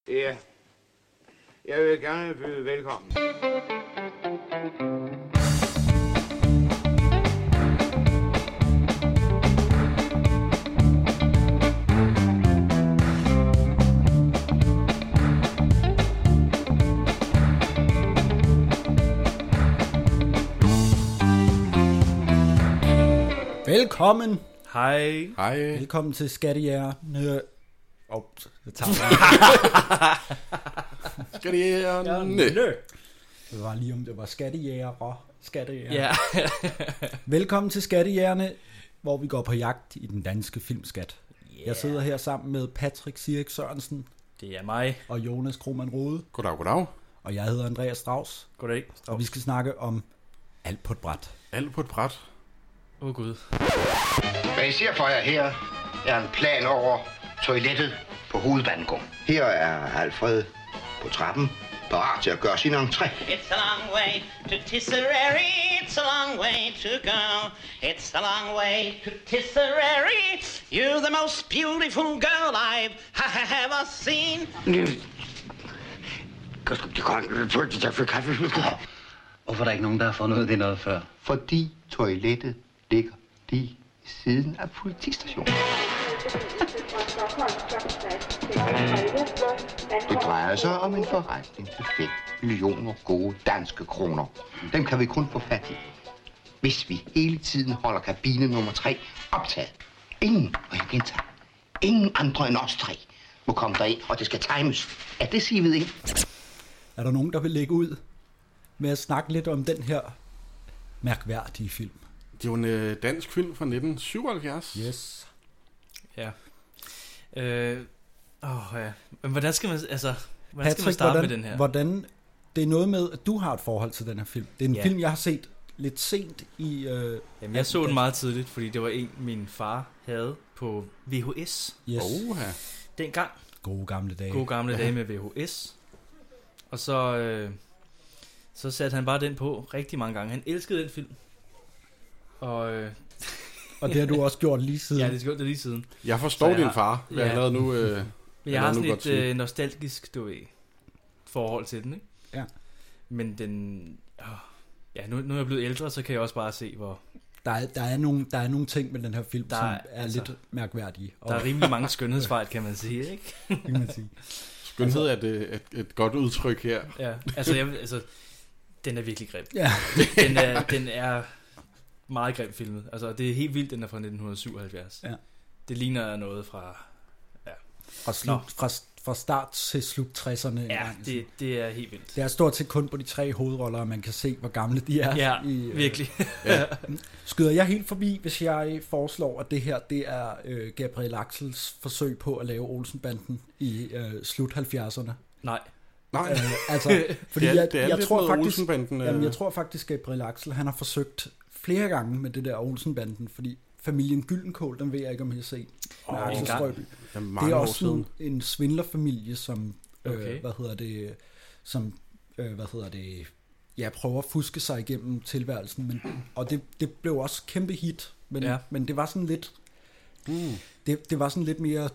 Ja, jeg vil gerne byde velkommen. Velkommen. Hej. Hej. Velkommen til Skattejægerne. Det tager Skattejægerne. Det var lige om det var Skattejægere. Ja. Velkommen til Skattejægerne, hvor vi går på jagt i den danske filmskat. Yeah. Jeg sidder her sammen med Patrick Sirik Sørensen Det er mig. og Jonas Krohmann Rode. Goddag. Og jeg hedder Andreas Strauss. Goddag. Og vi skal snakke om alt på et bræt. Alt på et bræt. Åh Gud. Hvad I ser for jer her, er en plan over toilettet på Hovedbanegården. Her er Alfred på trappen, parat til at gøre sin entré. It's a long way to Tisserary, it's a long way to go. It's a long way to Tisserary. You're the most beautiful girl I've ever seen. Hvorfor er der ikke nogen, der har fundet ud af det noget før? Fordi toilettet ligger lige ved siden af politistationen. Det drejer sig om en forretning til 5 millioner gode danske kroner. Dem kan vi kun få fat i, hvis vi hele tiden holder kabine nummer 3 optaget. Ingen, og jeg gentager, ingen andre end os 3 må komme derind, og det skal times. Er det sivet ind? Er der nogen, der vil lægge ud med at snakke lidt om den her mærkværdige film? Det er jo en dansk film fra 1977. Yes. Ja. Ja. Men hvordan skal man, Patrick, skal man starte med den her? Hvordan, det er noget med, at du har et forhold til den her film. Det er en film, jeg har set lidt sent i... Jamen, jeg så den meget tidligt, fordi det var en, min far havde på VHS. Yes. Dengang. Gode gamle dage med VHS. Og så satte han bare den på rigtig mange gange. Han elskede den film. Og det har du også gjort lige siden. Ja, det har gjort det lige siden. Jeg forstår din far. Jeg allerede nu... jeg har sådan et nostalgisk, forhold til den, ikke? Ja. Men den... nu er jeg blevet ældre, så kan jeg også bare se, hvor... Der er nogle ting med den her film, som er lidt mærkværdige. Der er rimelig mange skønhedsfejl, kan man sige, ikke? kan man sige. Skønhed er et godt udtryk her. Ja, den er virkelig grim. Ja. den er meget grim filmet. Altså, det er helt vildt, den er fra 1977. Ja. Det ligner noget fra... Ja. Fra start til slut 60'erne. Ja, det er helt vildt. Det er stort set kun på de 3 hovedroller, og man kan se, hvor gamle de er. Ja, virkelig. Skyder jeg helt forbi, hvis jeg foreslår, at det her det er Gabriel Axels forsøg på at lave Olsenbanden i slut 70'erne? Nej. Fordi jeg tror faktisk, Gabriel Axel, han har forsøgt flere gange med det der Olsenbanden, fordi familien Gyldenkål, den ved jeg ikke, om jeg har set. Det er også en svindlerfamilie, som prøver at fuske sig igennem tilværelsen, og det blev også kæmpe hit, men det var sådan lidt det var sådan lidt mere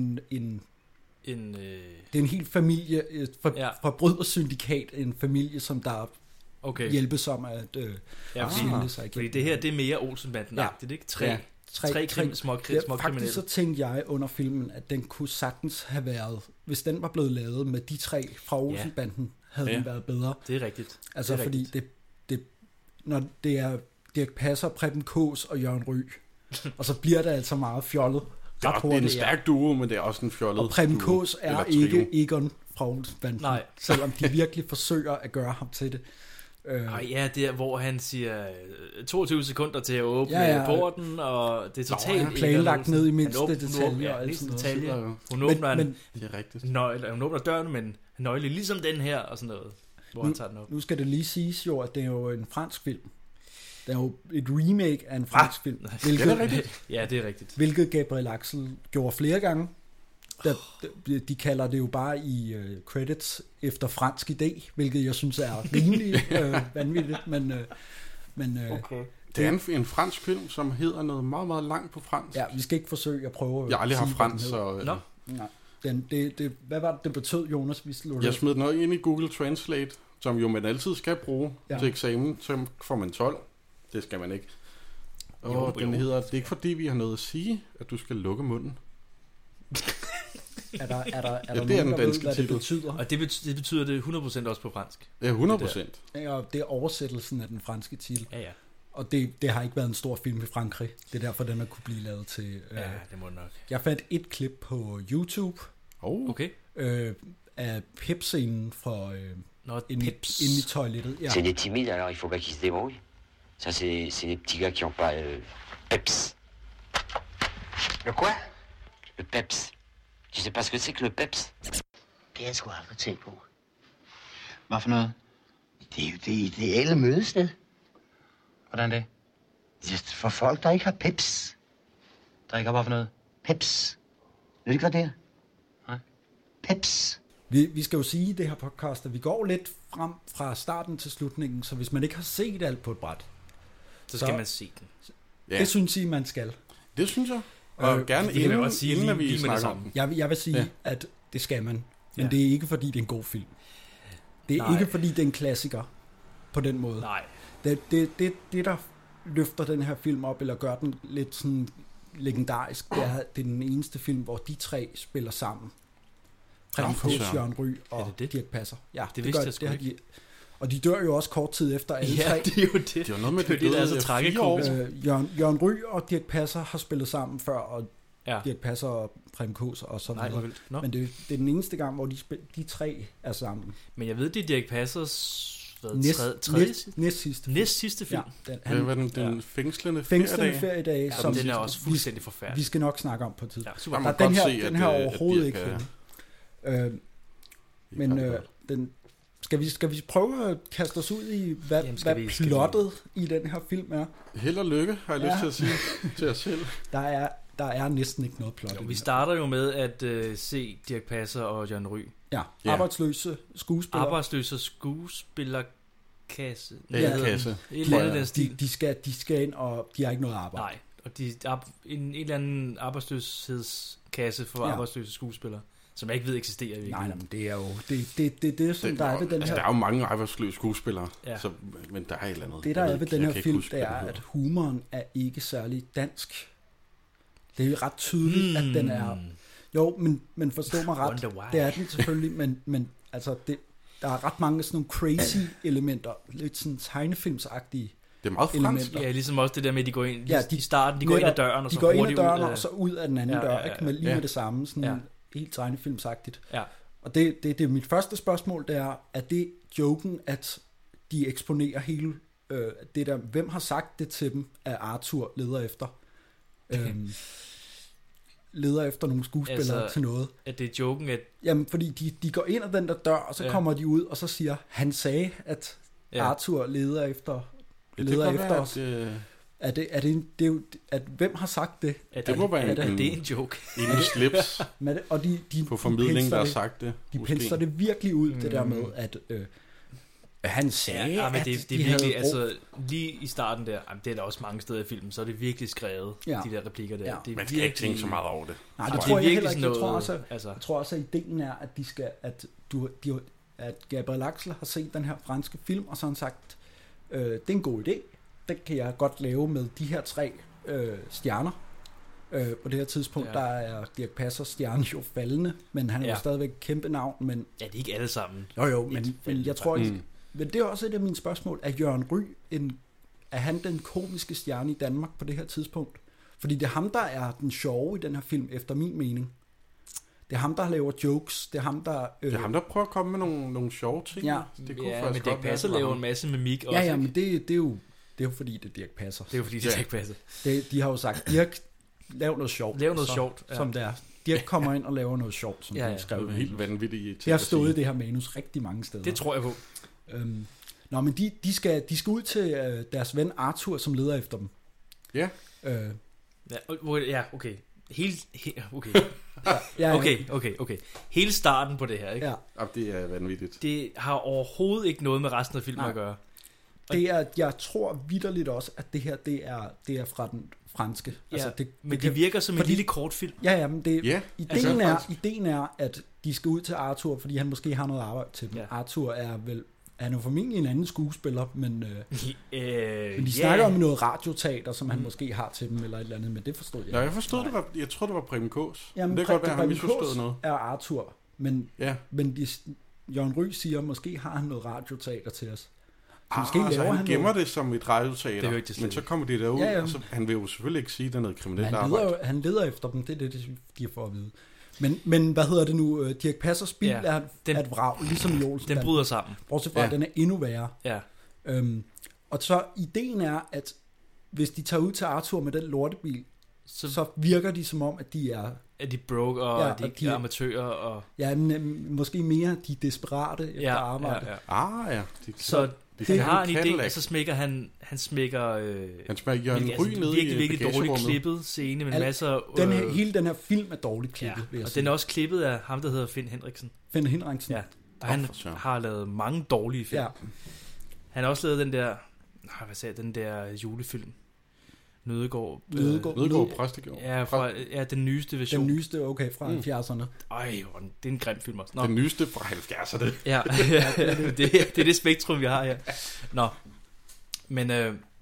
det er en hel familie fra brydersyndikat, en familie, som der hjælpes om at svindle sig igennem. Fordi det her, det er mere Olsenbanden-agtigt, ikke? Tre små kriminelle. Faktisk så tænkte jeg under filmen, at den kunne sagtens have været, hvis den var blevet lavet med de 3 fra Olsenbanden, havde den været bedre. Det er rigtigt. Altså fordi det når det er Dirch Passer, Preben Kaas og Jørgen Ryg, og så bliver det altså meget fjollet. Det er en stærk duo, men det er også en fjollet. Og Preben Kaas er ikke Egon fra Olsenbanden, selvom de virkelig forsøger at gøre ham til det. Det er, hvor han siger 22 sekunder til at åbne porten, og det er totalt planlagt ned i mindste detaljer og alt sådan noget. Hun åbner døren med en nøgle, ligesom den her, og sådan noget, hvor han tager den op. Nu skal det lige siges jo, at det er jo en fransk film. Det er jo et remake af en fransk film. Det er rigtigt. Ja, det er rigtigt. Hvilket Gabriel Axel gjorde flere gange. De kalder det jo bare i credits efter fransk idé, hvilket jeg synes er rimelig vanvittigt, men okay. Det er en fransk film, som hedder noget meget, meget langt på fransk. Ja, vi skal ikke forsøge at prøve jeg har aldrig haft fransk, så... Hvad var det betød, Jonas? Jeg smed den ind i Google Translate, som jo man altid skal bruge til eksamen, så får man 12. Det skal man ikke. Og den hedder, det er ikke fordi, vi har noget at sige, at du skal lukke munden. Er der det nogen, er den der danske ved, hvad titel. det betyder? Og det betyder det 100% også på fransk. Ja, 100%. Ja, det er oversættelsen af den franske titel. Ja. Og det har ikke været en stor film i Frankrig. Det er derfor, den har kunne blive lavet til... Ja, det må det nok. Jeg fandt et klip på YouTube. Okay. Af Pep-scenen fra inde i toilettet. Ja. C'est des timides, alors il faut pas qu'ils se débrouillent. Ça, c'est des petits gars qui ont pas peps. Le quoi? Le peps. Tu sais pas ce que c'est que le peps? Det har jeg sgu aldrig tænkt på. Hvad for noget? Det er jo det ideelle mødested. Hvordan det? Det er for folk, der ikke har peps. Drikker bare for noget? Peps. Ved du ikke, hvad det er? Nej. Peps. Vi skal jo sige i det her podcast, at vi går lidt frem fra starten til slutningen, så hvis man ikke har set alt på et bræt, så skal man se den. Det synes I, man skal. Det synes jeg. Og gerne inden vi snakker om den. Jeg vil sige, at det skal man. Men det er ikke, fordi det er en god film. Det er ikke, fordi det er en klassiker på den måde. Nej. Det der løfter den her film op, eller gør den lidt sådan legendarisk, det er den eneste film, hvor de tre spiller sammen. Preben Kaas, Jørgen Ryg og Dirch Passer. Ja, det vidste jeg sgu ikke. Og de dør jo også kort tid efter alle tre. Ja, det er jo det. Det er noget med det, der er så tragikomisk. Jørgen Ryg og Dirch Passer har spillet sammen før, og Dirch Passer og Preben Kaas og sådan noget. Men det er den eneste gang, hvor de tre er sammen. Men jeg ved, det er Dirch Passers næst sidste film. Ja, den fængslende feriedag, som den er også fuldstændig forfærdelig. Vi skal nok snakke om på tid. Ja, den her overhovedet ikke. Men skal vi prøve at kaste os ud i, hvad plottet i den her film er? Held og lykke, har jeg lyst til at sige til os selv. Der er næsten ikke noget plot. Vi starter jo med at se Dirch Passer og Jørgen Ryg. Ja, arbejdsløse skuespillerkasse. Kasse. Et eller andet den stil. De skal ind, og de har ikke noget arbejde. Nej, og en eller anden arbejdsløshedskasse for arbejdsløse skuespillere, som jeg ikke ved eksisterer i virkeligheden. Nej, men det er jo det som der er ved den her. Der er jo mange arbejdsløse skuespillere, men der er et eller andet. Det der er ved den her film, det er, at humoren er ikke særlig dansk. Det er jo ret tydeligt, at den er... Jo, men forstå mig ret. Det er den selvfølgelig, men altså, der er ret mange sådan nogle crazy elementer. Lidt sådan tegnefilmsagtige. Det er meget fransk. Ja, ligesom også det der med, at de går ind i starten, de går ind ad døren, og så går ind ad døren, og så ud af den anden dør, ikke? Men lige med det samme, sådan helt tegnefilmsagtigt. Ja. Og det er mit første spørgsmål, det er det joken, at de eksponerer hele det der, hvem har sagt det til dem, at Arthur leder efter? Leder efter nogle skuespillere til noget. At det er joken, at... Jamen, fordi de går ind ad den der dør, og så kommer de ud, og så siger, han sagde, at Arthur leder efter os. Hvem har sagt det? Det må være det er en joke. En slips og de på formidlingen, der har sagt det. De pensler det virkelig ud, det der med, at han sagde, men det er virkelig, altså lige i starten der, det er der også mange steder i filmen, så er det virkelig skrevet, de der replikker der. Det er man skal ikke tænke så meget over det. Nej, det tror jeg heller ikke. Jeg tror også, at ideen er, at Gabriel Axel har set den her franske film, og så har han sagt, det er en god idé, det kan jeg godt lave med de her tre stjerner. På det her tidspunkt, der er Dirch Passers stjerne jo faldende, men han er jo stadigvæk et kæmpe navn. Men, det er ikke alle sammen. Jo, men jeg tror ikke... Men det er også et af mine spørgsmål. Er Jørgen Ryg er han den komiske stjerne i Danmark på det her tidspunkt? Fordi det er ham, der er den sjove i den her film, efter min mening. Det er ham, der laver jokes. Det er ham, der... Det er ham, der prøver at komme med nogle sjove ting. Ja, det kunne men Dirch Passer laver en masse mimik også. Ja, men det er jo fordi, det er Dirch Passer. Det er jo fordi, det er Dirch Passer. De har jo sagt, Dirch, lav noget sjovt. Lav noget sjovt. Som det er. Dirch kommer ind og laver noget sjovt, som han skrev. Det er helt vanvittigt. Det har stået i det her manus rigtig mange steder. Det tror jeg på. Men de skal ud til deres ven Arthur, som leder efter dem. Ja. Okay. Okay. Hele starten på det her, ikke? Ja. Det er vanvittigt. Det har overhovedet ikke noget med resten af filmen at gøre. Det er, jeg tror vitterligt også, at det her, det er fra den franske. Ja, altså men det virker som en lille kortfilm. Ja, men ideen er, at de skal ud til Arthur, fordi han måske har noget arbejde til dem. Ja. Arthur han er formentlig en anden skuespiller, men de snakker om noget radioteater, som han måske har til dem, eller et eller andet, men det forstod jeg. Ja, jeg forstod det. Jeg tror det var Preben Kaas. Jamen, det kan godt være, han misforstået noget. Er Arthur, men Jørgen Ryg siger, måske har han noget radioteater til os. Så han gemmer det som et radioteater, men så kommer de derud, og så, han vil jo selvfølgelig ikke sige, at det er noget kriminelt arbejde. Han leder efter dem, det er det, de får at vide. Men hvad hedder det nu? Dirch Passers bil er et vrag, ligesom i Olsen. Den bryder sammen. Bortset fra, at den er endnu værre. Ja. Og så ideen er, at hvis de tager ud til Arthur med den lortebil, så virker de som om, at de er... At de broke, og de er amatører, og... Ja, måske mere de desperate efter arbejde. Ja. Så det har en idé, og så smækker han smækker Jørgen Ryg ned i virkelig dårligt klippet scene med masser... Hele den her film er dårligt klippet, vil jeg og sige. den er også klippet af ham, der hedder Finn Henriksen. Ja. Og han har lavet mange dårlige film. Ja. Han har også lavet den der julefilm. Nødegård Præstegård. Ja, den nyeste version. Den nyeste, okay, fra 70'erne. Ej, det er en grim film også. Den nyeste fra 70'erne. Ja, det er det spektrum, vi har her. Nå, men...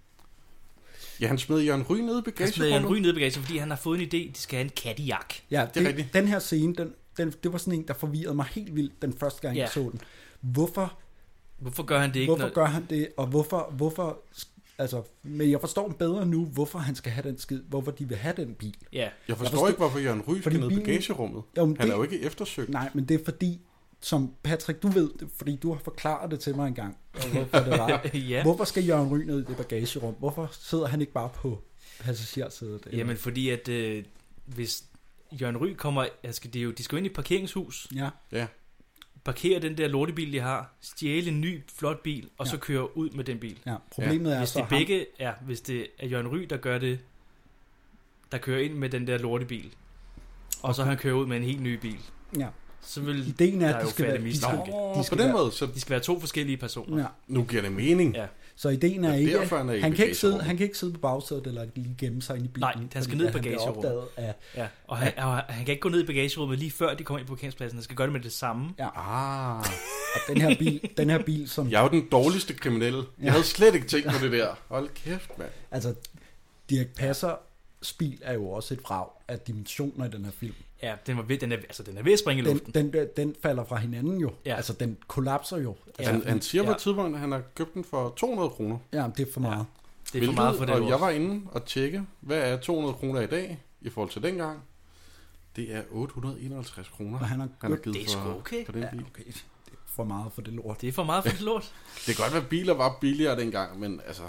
Ja, han smed Jørgen Ryg ned i bagagerummet. Fordi han har fået en idé, de skal have en Cadillac. Ja, det er rigtigt. Den her scene, det var sådan en, der forvirrede mig helt vildt den første gang, jeg så den. Hvorfor gør han det ikke? Hvorfor gør han det, og hvorfor altså, men jeg forstår bedre nu, hvorfor han skal have den skid, hvorfor de vil have den bil. Ja. Jeg forstår ikke, hvorfor Jørgen Ryg skal ned i bagagerummet. Han er jo ikke eftersøgt. Nej, men det er fordi, som Patrick, du ved det, fordi du har forklaret det til mig engang, hvorfor det var. Ja. Hvorfor skal Jørgen Ryg ned i det bagagerum? Hvorfor sidder han ikke bare på passagersædet? Jamen, fordi at hvis Jørgen Ryg kommer, de skal ind i et parkeringshus. Ja. Parkere den der lortebil, de har, stjæle en ny, flot bil, og så køre ud med den bil. Ja, problemet er hvis så hvis det er Jørgen Ryg, der gør det, der kører ind med den der lortebil, og så han kører ud med en helt ny bil. Ja. Så vil ideen er, at de skal være på den måde, så de skal være to forskellige personer. Ja. Nu giver det mening. Ja. Så ideen er ikke, han kan ikke sidde på bagsædet eller lige gemme sig ind i bilen. Nej, han skal ned i bagagerummet. Og han kan ikke gå ned i bagagerummet lige før de kommer ind på parkeringspladsen. Han skal gøre det med det samme. Ja. Og den her bil som... Jeg er jo den dårligste kriminelle. Jeg havde slet ikke tænkt på det der. Hold kæft, mand. Altså, Dirch Passers bil er jo også et vrag af dimensioner i den her film. Ja, den er ved at springe i luften. Den falder fra hinanden jo. Ja. Altså, den kollapser jo. Altså, han siger på et tidspunkt, at han har købt den for 200 kroner. Ja, det er for meget. Det er for meget for det. Og jeg var inde og tjekke, hvad er 200 kroner i dag, i forhold til dengang. Det er 851 kroner. Og han har givet det er sgu okay. For den bil. Okay. Det er for meget for det lort. Det er for meget for det lort. Det kan godt være, at biler var billigere dengang, men altså,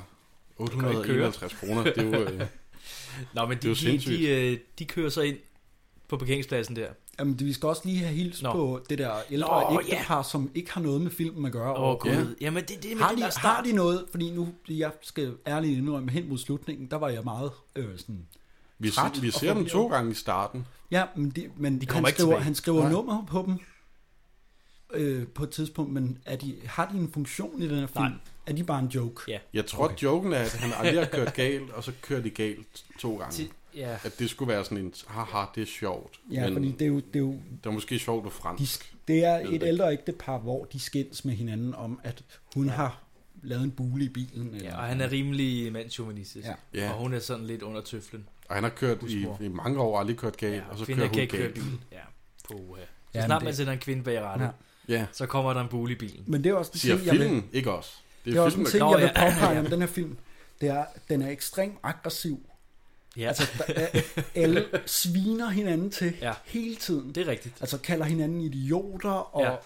851 kroner, det er jo... Nå, men de kører så ind på parkeringspladsen der. Jamen, vi skal også lige have hils på det der ældre ægtepar, som ikke har noget med filmen at gøre. Jamen, det har de noget? Fordi nu, jeg skal ærligt indrømme, hen mod slutningen, der var jeg meget sådan... Vi ser dem 2 gange i starten. Ja, men han skriver nummer på dem på et tidspunkt, men har de en funktion i den her film? Nej. Er de bare en joke? Ja. Jeg tror, joken er, at han aldrig har kørt galt, og så kører de galt 2 gange. At det skulle være sådan en, haha, det er sjovt. Ja, men fordi det er jo... Det er måske sjovt og fransk. Det er et ældre ægtepar, hvor de skændes med hinanden om, at hun har lavet en bule i bilen. Ja, og han er rimelig mandsjuvenistisk. Ja. Og hun er sådan lidt under tøflen. Og han har kørt i mange år, aldrig kørt galt, og så kører hun galt. Ja, så snart man sætter en kvinde bag rattet, så kommer der en bule i bilen. Men det er også siger filmen, ikke også. Det er også en ting, jeg vil påpege om den her film. Det er, den er ekstremt aggressiv. Ja. Altså, alle sviner hinanden til hele tiden. Det er rigtigt. Altså kalder hinanden idioter og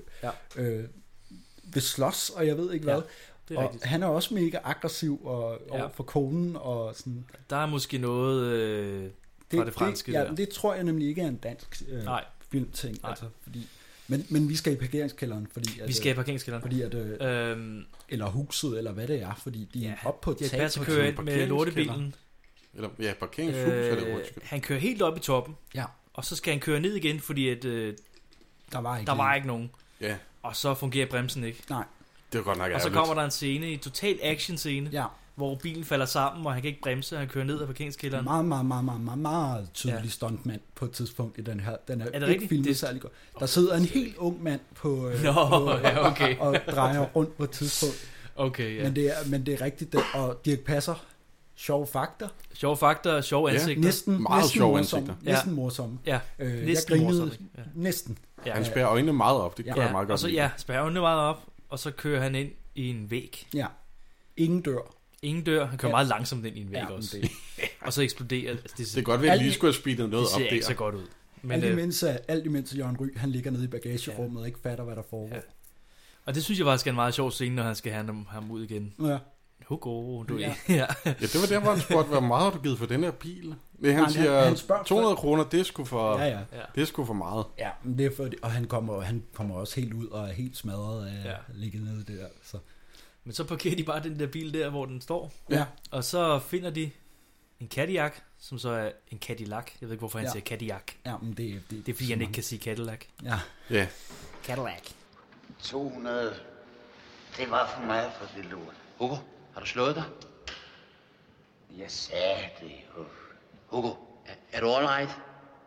vil slås, og jeg ved ikke hvad. Det er og rigtigt. Han er også mega aggressiv over for konen og sådan. Der er måske noget fra det franske der. Det tror jeg nemlig ikke er en dansk filmting. Altså, fordi, men vi skal i parkeringskælderen, fordi at, vi skal i parkeringskælderen, fordi at eller huset eller hvad det er, fordi de er op på et tag. Han kører ind med lortebilen. Eller parkeringshus er det undskyld. Han kører helt op i toppen. Ja. Og så skal han køre ned igen, fordi at der var ikke nogen. Ja. Og så fungerer bremsen ikke. Nej. Det er godt nok og så kommer der en scene, en total action scene, hvor bilen falder sammen, og han kan ikke bremse, og han kører ned af parkeringskælderen. Meget tydelig stuntmand på et tidspunkt i den her. Den er ikke rigtigt? filmet særlig godt. Der sidder en helt ung mand på okay. og drejer rundt på et tidspunkt. Okay, ja. Men det er rigtigt, og Dirch Passer, sjove fakter, sjove ansigter. Næsten sjove ansigter. Næsten morsomme. Ja. Jeg grinede næsten. Ja. Han spærrer øjnene meget op, det gør jeg meget godt. Og så spærrer øjnene meget op, og så kører han ind i en væg. Ja. Ingen dør. Han kører meget langsomt ind i en væg også. Og så eksploderer. Altså, det er godt ved, at lige skulle have speedet noget op der. Det ser ikke så godt ud. Men alt imens Jørgen Ryg, han ligger nede i bagagerummet og ikke fatter, hvad der foregår. Ja. Og det synes jeg faktisk er en meget sjov scene, når han skal have ham ud igen. Ja. Hugo, du ja, det var der, hvor han spurgte, hvor meget har du givet for den her bil? Han siger, 200 kroner, det er sgu for, det er sgu for meget. Ja, men det er for, og han kommer også helt ud og er helt smadret af at ligge nede der. Så. Men så parkerer de bare den der bil der, hvor den står. Ja. Og så finder de en Cadillac, som så er en Cadillac. Jeg ved ikke, hvorfor han siger Cadillac. Ja, men det er fordi, han ikke kan sige Cadillac. Ja. Cadillac. 200. Det var for meget for det lort. Hugo, har du slået dig? Jeg sagde det. Hugo, er du all right?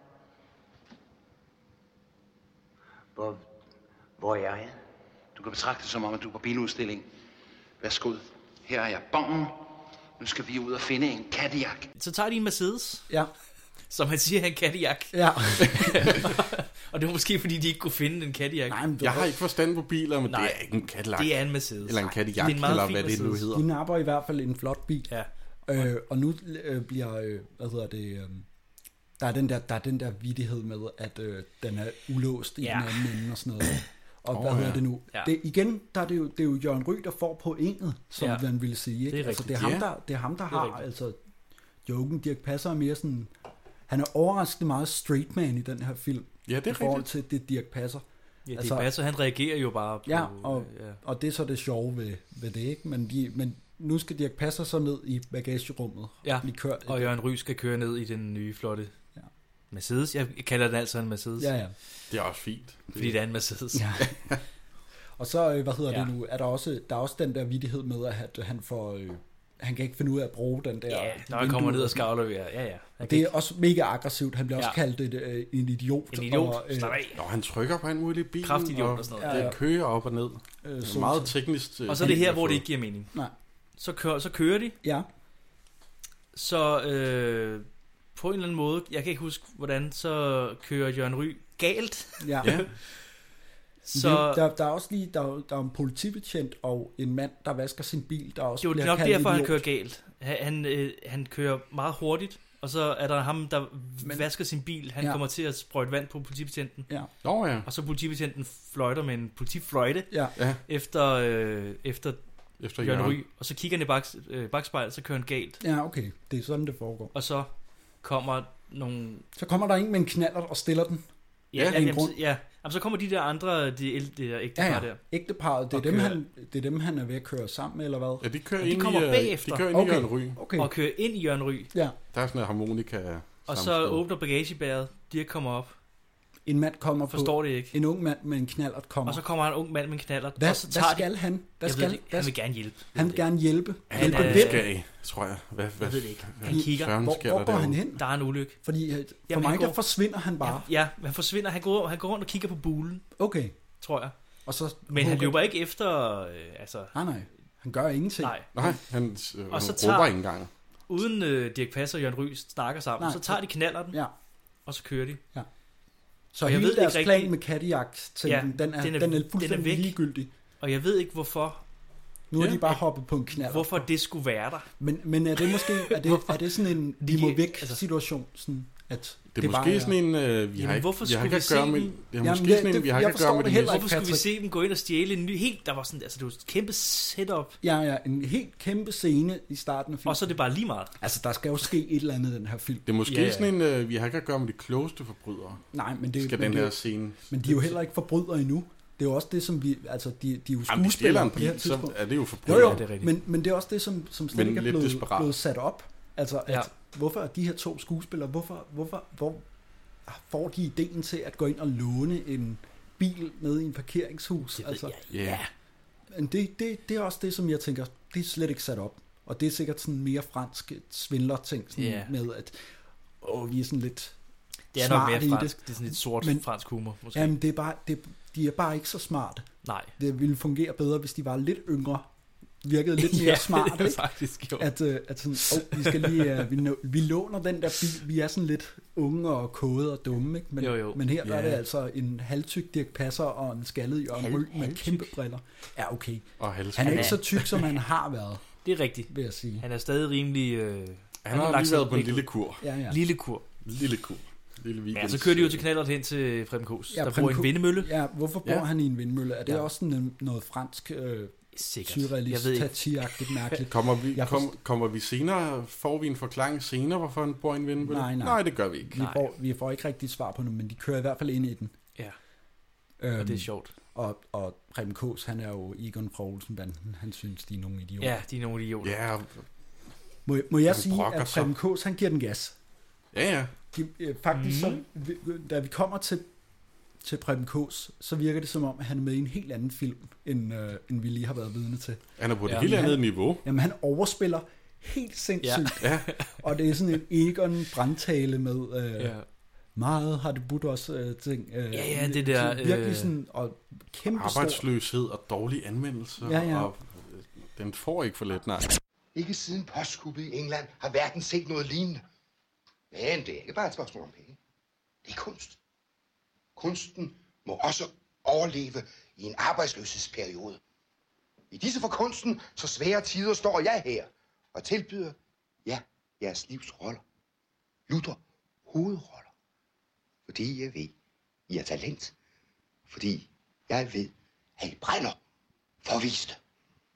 Hvor er jeg? Du kan betragte det som om, at du er på biludstilling. Værsgo. Her er jeg bongen. Nu skal vi ud og finde en Cadillac. Så tager de en Mercedes. Ja. Som han siger er en Cadillac. Ja. Og det var måske fordi de ikke kunne finde en Cadillac. Nej, jeg har ikke forstand på biler, men det er ikke en Cadillac. Det er en Mercedes. Eller en Cadillac, eller hvad det nu hedder. De napper i hvert fald en flot bil. Ja. Og nu bliver der er den der vittighed med at den er ulåst i den anden ende og sådan noget. Og hvad hedder det nu? Ja. Det er jo Jørgen Ryg, der får pointet, som man ville sige. Ikke? Det er ham, der har altså joken. Dirch Passer er mere sådan, han er overraskende meget straight man i den her film. Ja, det er i forhold til det Dirch Passer. Ja, Dirch Passer, han reagerer jo bare på... Og det er så det sjove ved det, ikke? Men nu skal Dirch Passer så ned i bagagerummet og blive kørt. Og Jørgen Ryg skal køre ned i den nye flotte Mercedes. Jeg kalder den altså en Mercedes. Ja. Det er også fint. Fordi det er en Mercedes. Ja. Og så, det nu, er der er også den der vittighed med, at han får... han kan ikke finde ud af at bruge den der... Ja, når han kommer ned og skal aflevere. Ja. Det er også mega aggressivt. Han bliver også kaldt en idiot. En idiot. Og han trykker på en mulig bil. Kraftidiot og sådan noget. Det kører op og ned. Meget teknisk. Og så er det her, hvor det ikke giver mening. Nej. Så kører de. Ja. Så på en eller anden måde, jeg kan ikke huske hvordan, så kører Jørgen Ryg galt. Ja. Så der er også lige der er en politibetjent og en mand der vasker sin bil, der også bliver nok derfor han kører galt. Han kører meget hurtigt, og så er der ham der vasker sin bil. Han kommer til at sprøjte vand på politibetjenten. Ja. Og så politibetjenten fløjter med en politifløjte efter Jørgen Ryg, og så kigger han i bagspejlet, så kører han galt. Ja, okay. Det er sådan det foregår. Og så kommer der en med en knallert og stiller den. Jamen, så kommer de der andre, de ægtepar der. Ægteparret, det er dem, han er ved at køre sammen med, eller hvad? Ja, de kører ind i Jørgen Ryg. Okay. Og kører ind i Jørgen Ryg. Ja. Der er sådan en harmonika. Og så åbner bagagebæret, de kommer op. En mand kommer forstår det ikke. En ung mand med en knallert kommer. Og så kommer en ung mand med en knallert. Hvad skal han? Han vil gerne hjælpe. Han vil gerne hjælpe. Han skal, tror jeg. Jeg ved det ikke. Han kigger. Hvor går han hen? Der er en ulykke. Fordi for mig, der forsvinder han bare. Ja, han forsvinder. Han går rundt og kigger på bulen. Okay. Tror jeg. Og så men han løber ikke efter... Nej. Han gør ingenting. Nej, han råber ikke engang. Uden Dirch Passer og Jørgen Ryg snakker sammen, så tager de knallerten, og så kører de. Ja. Så jeg hele deres plan med Cadillac, den er fuldstændig ligegyldig. Og jeg ved ikke hvorfor. Nu er de bare hoppet på en knald. Hvorfor det skulle være der? Men er det måske er det sådan en de må væk situation, sådan at det er måske sådan en vi har ikke hvorfor skulle vi se dem? Det er måske sådan en vi har ikke at gøre med det. Hvorfor skulle vi se dem gå ind og stjæle en ny helt der var sådan det var et kæmpe setup. Ja, en helt kæmpe scene i starten af filmen. Og så er det bare lige meget. Altså der skal jo ske et eller andet i den her film. Det er måske sådan en vi har ikke at gøre med de klogeste forbrydere. Nej, men det skal den her scene. Men de er jo heller ikke forbrydere endnu. Det er jo også det, som vi... Altså, de er jo skuespillere på det her tidspunkt. Så er det jo forbrydere. Jo, men det er også det, som slet ikke er blevet sat op. Altså, hvorfor er de her to skuespillere... Hvor får de ideen til at gå ind og låne en bil nede i en parkeringshus? Altså, Men det er også det, som jeg tænker, det er slet ikke sat op. Og det er sikkert sådan mere fransk svindler-ting, sådan med at vi er sådan lidt det er nok mere fransk, det er sådan lidt sort fransk humor, måske. Jamen, det er bare, de er bare ikke så smarte. Nej. Det ville fungere bedre, hvis de var lidt yngre, virkede lidt mere smart, ikke? Faktisk, jo. At sådan, vi skal lige, vi låner den der bil, vi er sådan lidt unge og kode og dumme, ikke? Men her der er det altså en halvtyk Dirch Passer og en skaldet Jørgen Ryg med kæmpe briller. Ja, okay. Han er ikke så tyk, som han har været. Det er rigtigt, vil jeg sige. Han er stadig rimelig... han har lige været på en lille kur. Ja. Lille kur. Ja, så kører de jo til knallert hen til Preben Kaas, der bor i en vindmølle. Ja, hvorfor bor han i en vindmølle? Er det også sådan noget fransk surrealist, satiriagtigt mærkeligt? Kommer vi senere, får vi en forklaring senere, hvorfor han bor i en vindmølle? Nej, det gør vi ikke. Vi får ikke rigtig svar på det, men de kører i hvert fald ind i den. Ja, og det er sjovt. Og Preben Kaas, han er jo Egon fra Olsenbanden. Han synes, de er nogle idioter. Ja, de er nogle idioter. Ja. Må jeg sige, at Preben Kaas, han giver den gas? Ja. Faktisk, så, da vi kommer til Preben Kaas, så virker det som om, at han er med i en helt anden film, end vi lige har været vidne til. Han er på et helt andet niveau. Jamen, han overspiller helt sindssygt. Ja. Og det er sådan en Egon brandtale med... Meget har det budt også ting. Det der... Virkelig sådan, og kæmpe arbejdsløshed og dårlig anvendelse. Ja. Og den får ikke for let, nej. Ikke siden postkuppet i England har verden set noget lignende. Men det er ikke bare et spørgsmål om penge. Det er kunst. Kunsten må også overleve i en arbejdsløshedsperiode. I disse for kunsten så svære tider står jeg her og tilbyder jeres livs roller. Lutter hovedroller. Fordi jeg ved, I har talent. Fordi jeg ved, at I brænder for at vise det.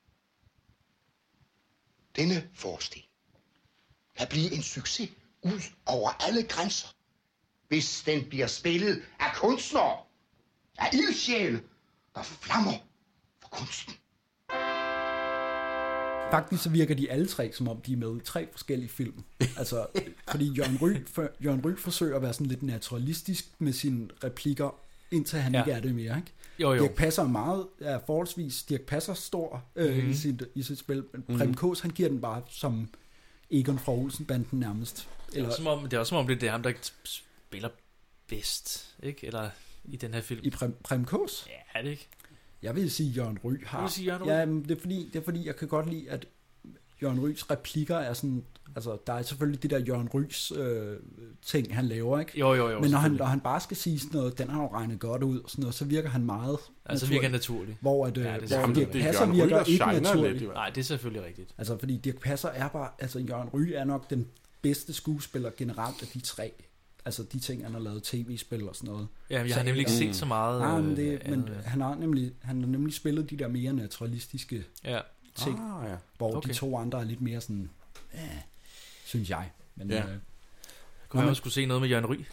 Denne forestilling kan blive en succes ud over alle grænser, hvis den bliver spillet af kunstnere, af ildsjæle, der flammer for kunsten. Faktisk så virker de alle tre, som om de er med i 3 forskellige film. Altså, fordi Jørgen Ryg forsøger at være sådan lidt naturalistisk med sine replikker, indtil han ikke er det mere, ikke? Jo. Dirch Passer meget, forholdsvis Dirch Passer stor i sit spil, men Preben Kaas, han giver den bare som Egon fra Olsenbanden nærmest. Det er også som om det er ham, der spiller bedst, ikke? Eller i den her film. I Preben Kaas? Ja, er det ikke? Jeg vil sige, Jørgen Ryg har... Ja, det er fordi, jeg kan godt lide, at Jørgen Rygs replikker er sådan... Altså, der er selvfølgelig det der Jørgen Rygs ting, han laver, ikke? Jo. Men når han bare skal sige sådan noget, den har jo regnet godt ud, og sådan noget, så virker han meget så virker han naturlig. Hvor Dirch Passer virker ikke naturlig. Nej, det er selvfølgelig rigtigt. Altså, fordi Dirch Passer er bare... Altså, Jørgen Ryg er nok den bedste skuespiller generelt af de 3. Altså de ting, han har lavet tv-spil og sådan noget. Ja, jeg har nemlig ikke set så meget. Men han har nemlig spillet de der mere naturalistiske ting, hvor de 2 andre er lidt mere sådan, synes jeg. Men, kunne man skulle se noget med Jørgen Ryg?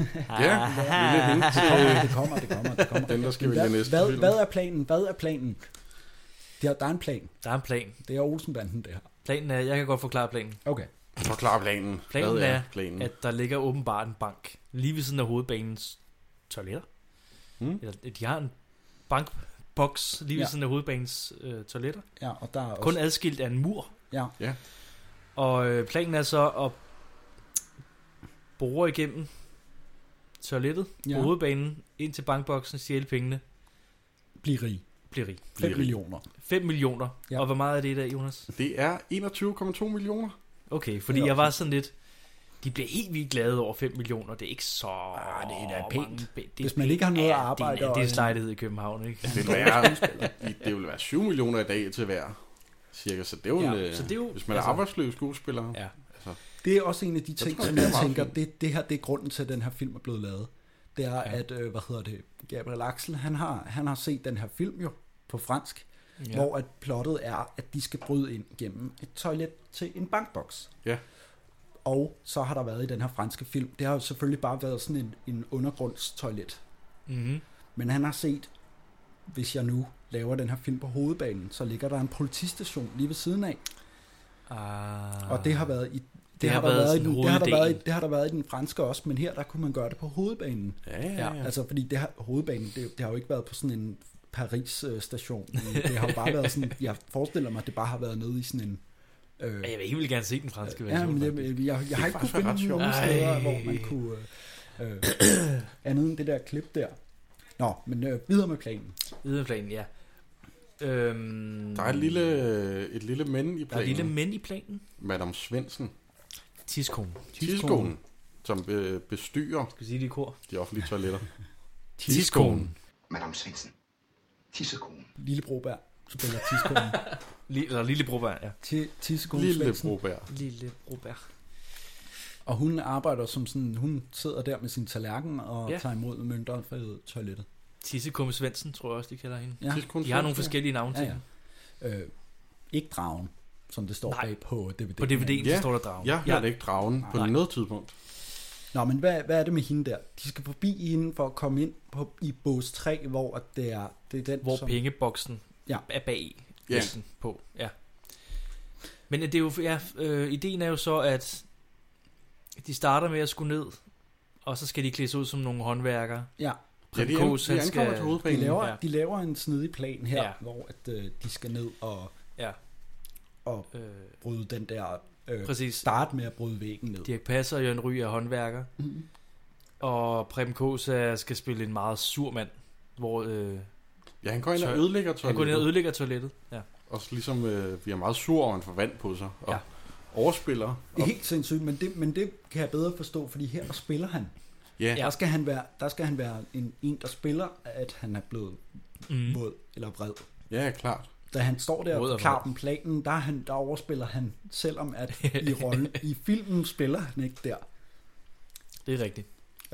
Det kommer. Den der skal vælge næste film. Hvad er planen? Der er en plan. Der er en plan. Det er Olsenbanden, det her. Planen er, jeg kan godt forklare planen. Okay. Forklar planen. Planen er, at der ligger åbenbart en bank lige ved siden af hovedbanens toiletter. Eller, de har en bankboks lige ved siden af hovedbanens toiletter. Ja, og der er kun også... adskilt af en mur. Ja. Og planen er så at bore igennem toilettet på hovedbanen ind til bankboksen, stjæle pengene. Bliv rig. 5 millioner. 5 millioner. Ja. Og hvor meget er det der, Jonas? Det er 21,2 millioner. Okay, fordi jeg var sådan lidt... De bliver helt vildt glade over 5 millioner. Det er ikke så... det er da pænt. Hvis man ikke har noget at arbejde... Det er en lejlighed i København, ikke? Det vil være 7 millioner i dag til hver. Cirka. Så det er jo... Hvis man er arbejdsløs skuespiller. Ja. Altså. Det er også en af de ting, som jeg tænker, det her det er grunden til, at den her film er blevet lavet. Det er, at, Gabriel Axel, han har set den her film jo på fransk. Ja. Hvor at plottet er, at de skal bryde ind gennem et toilet til en bankboks. Ja. Og så har der været i den her franske film, det har jo selvfølgelig bare været sådan en undergrundstoilet. Mm-hmm. Men han har set, hvis jeg nu laver den her film på hovedbanen, så ligger der en politistation lige ved siden af. Og det har været i det har der været i den franske også, men her der kunne man gøre det på hovedbanen. Ja. Altså fordi hovedbanen, det har jo ikke været på sådan en Paris-station. Det har jo bare været sådan, jeg forestiller mig, at det bare har været nede i sådan en... Jeg vil helt vildt gerne se den franske version. Ja, men jeg har ikke kunnet finde nogen steder, hvor man kunne... andet end det der klip der. Nå, men videre med planen. Videre med planen, ja. Der er et lille men i planen. Der er et lille men i planen. Madame Svendsen. Tidskonen. Som bestyrer... Skal vi sige det i kor? De offentlige toiletter. Tidskonen. Madame Svendsen. Tissekonen. Lille Broberg spiller tidskonen. Eller Lille Broberg, ja. Tissekonen Svendsen. Lille Broberg. Og hun arbejder som sådan, hun sidder der med sin tallerken og tager imod mønter fra toilettet. Tissekumme Svendsen, tror jeg også, de kalder hende. Ja. De har nogle forskellige navne til hende. Ikke dragen, som det står bag på DVD'en. På DVD'en så står der dragen. Jeg hørte ikke dragen på noget tidspunkt. Nå, men hvad er det med hende der? De skal forbi hende for at komme ind i bås 3, hvor det er den, hvor som... pengeboksen er bag på. Ja. Men det er jo, ideen er jo så, at de starter med at skulle ned, og så skal de klædes ud som nogle håndværkere. Ja. De ankommer til hovedbanen. De laver en snedig plan her, hvor at, de skal ned og bryde den der... starte med at bryde væggen ned. Dirch Passer og Jørgen Ryg er håndværker. Mm-hmm. Og Preben Kaas skal spille en meget sur mand, hvor... han går ind og ødelægger toilettet. Han går ind og ødelægger toilettet, ja. Og ligesom vi er meget sur over, han får vand på sig. Og overspiller. Det er helt sindssygt, men det kan jeg bedre forstå, fordi her der spiller han. Ja. Der skal han være en, der spiller, at han er blevet våd eller vred. Ja, klart. Da han står der og klar på planen, der overspiller han, selvom at i rollen i filmen spiller han ikke der. Det er rigtigt.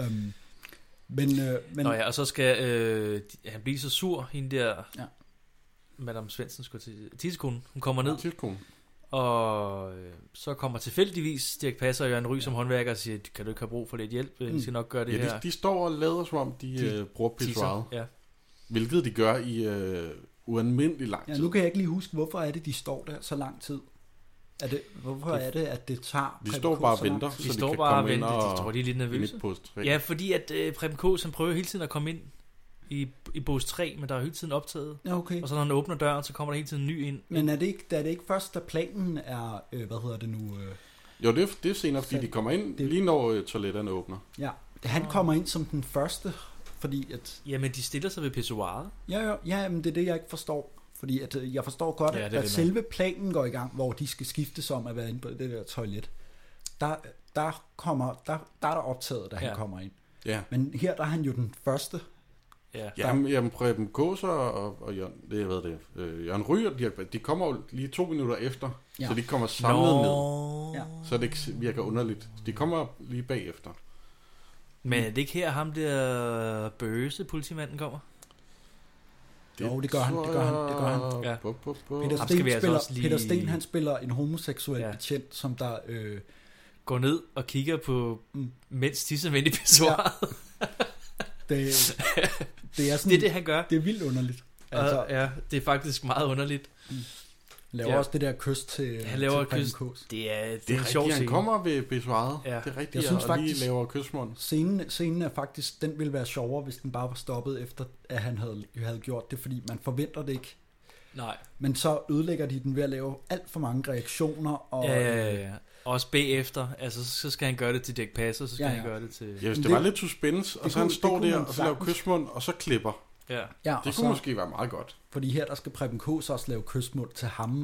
Men Nå ja, og så skal han blive så sur, hende der Madame Svendsen skulle til Tidskonen. Hun kommer ned. Tidskonen. Og så kommer tilfældigvis Dirch Passer og Jørgen Ryg som håndværker og siger, kan du ikke have brug for lidt hjælp? Vi skal nok gøre det her. De står og lader som om de bruger pissoiret. Ja. Hvilket de gør i ualmindelig lang tid. Ja, nu kan jeg ikke lige huske, hvorfor er det, de står der så lang tid? Hvorfor er det, at det tager... De står bare og venter, så de står bare og venter. De tror, de er lidt nervøse. Ja, fordi at Preben Kaas, han prøver hele tiden at komme ind i bås 3, men der er hele tiden optaget. Ja, okay. Og så når han åbner døren, så kommer der hele tiden ny ind. Men er det ikke først, da planen er... hvad hedder det nu? Jo, det er senere, fordi de kommer ind lige når toiletterne åbner. Ja, han kommer ind som den første, fordi at... Jamen, de stiller sig ved pissoiret. Ja, men det er det, jeg ikke forstår. Fordi at jeg forstår godt, at selve planen går i gang, hvor de skal skiftes om at være inde på det der toilet. Der er der optaget, da han kommer ind. Ja. Men her der er han jo den første. Ja. Jamen Preben Kaas og Jørgen Ryg, de kommer jo lige 2 minutter efter, så de kommer samlet ned. Ja. Så det virker underligt. De kommer lige bagefter. Men er det ikke her, ham der bøse politimanden kommer? Jo, det gør han. Ja. Peter Sten, han spiller en homoseksuel betjent, som der går ned og kigger på mens tissemænd i pissoiret. Det er sådan, det er det, han gør. Det er vildt underligt. Altså, ja, det er faktisk meget underligt. Laver også det der kys til han laver kys. Det er en sjov scene. Han kommer ved pissoiret. Ja. Det er rigtigt. Jeg synes faktisk, lige laver kysmånd. Scenen er faktisk, den ville være sjovere, hvis den bare var stoppet efter, at han havde gjort det, fordi man forventer det ikke. Nej. Men så ødelægger de den ved at lave alt for mange reaktioner. Og, ja. Også bagefter, altså så skal han gøre det til Dirch Passer, så skal han gøre det til... Ja, hvis det var lidt suspense, og så han står der, og så laver kysmund, og så klipper. Ja. Det kunne måske være meget godt. Fordi her, der skal Preben Kaas også lave kysmund til ham,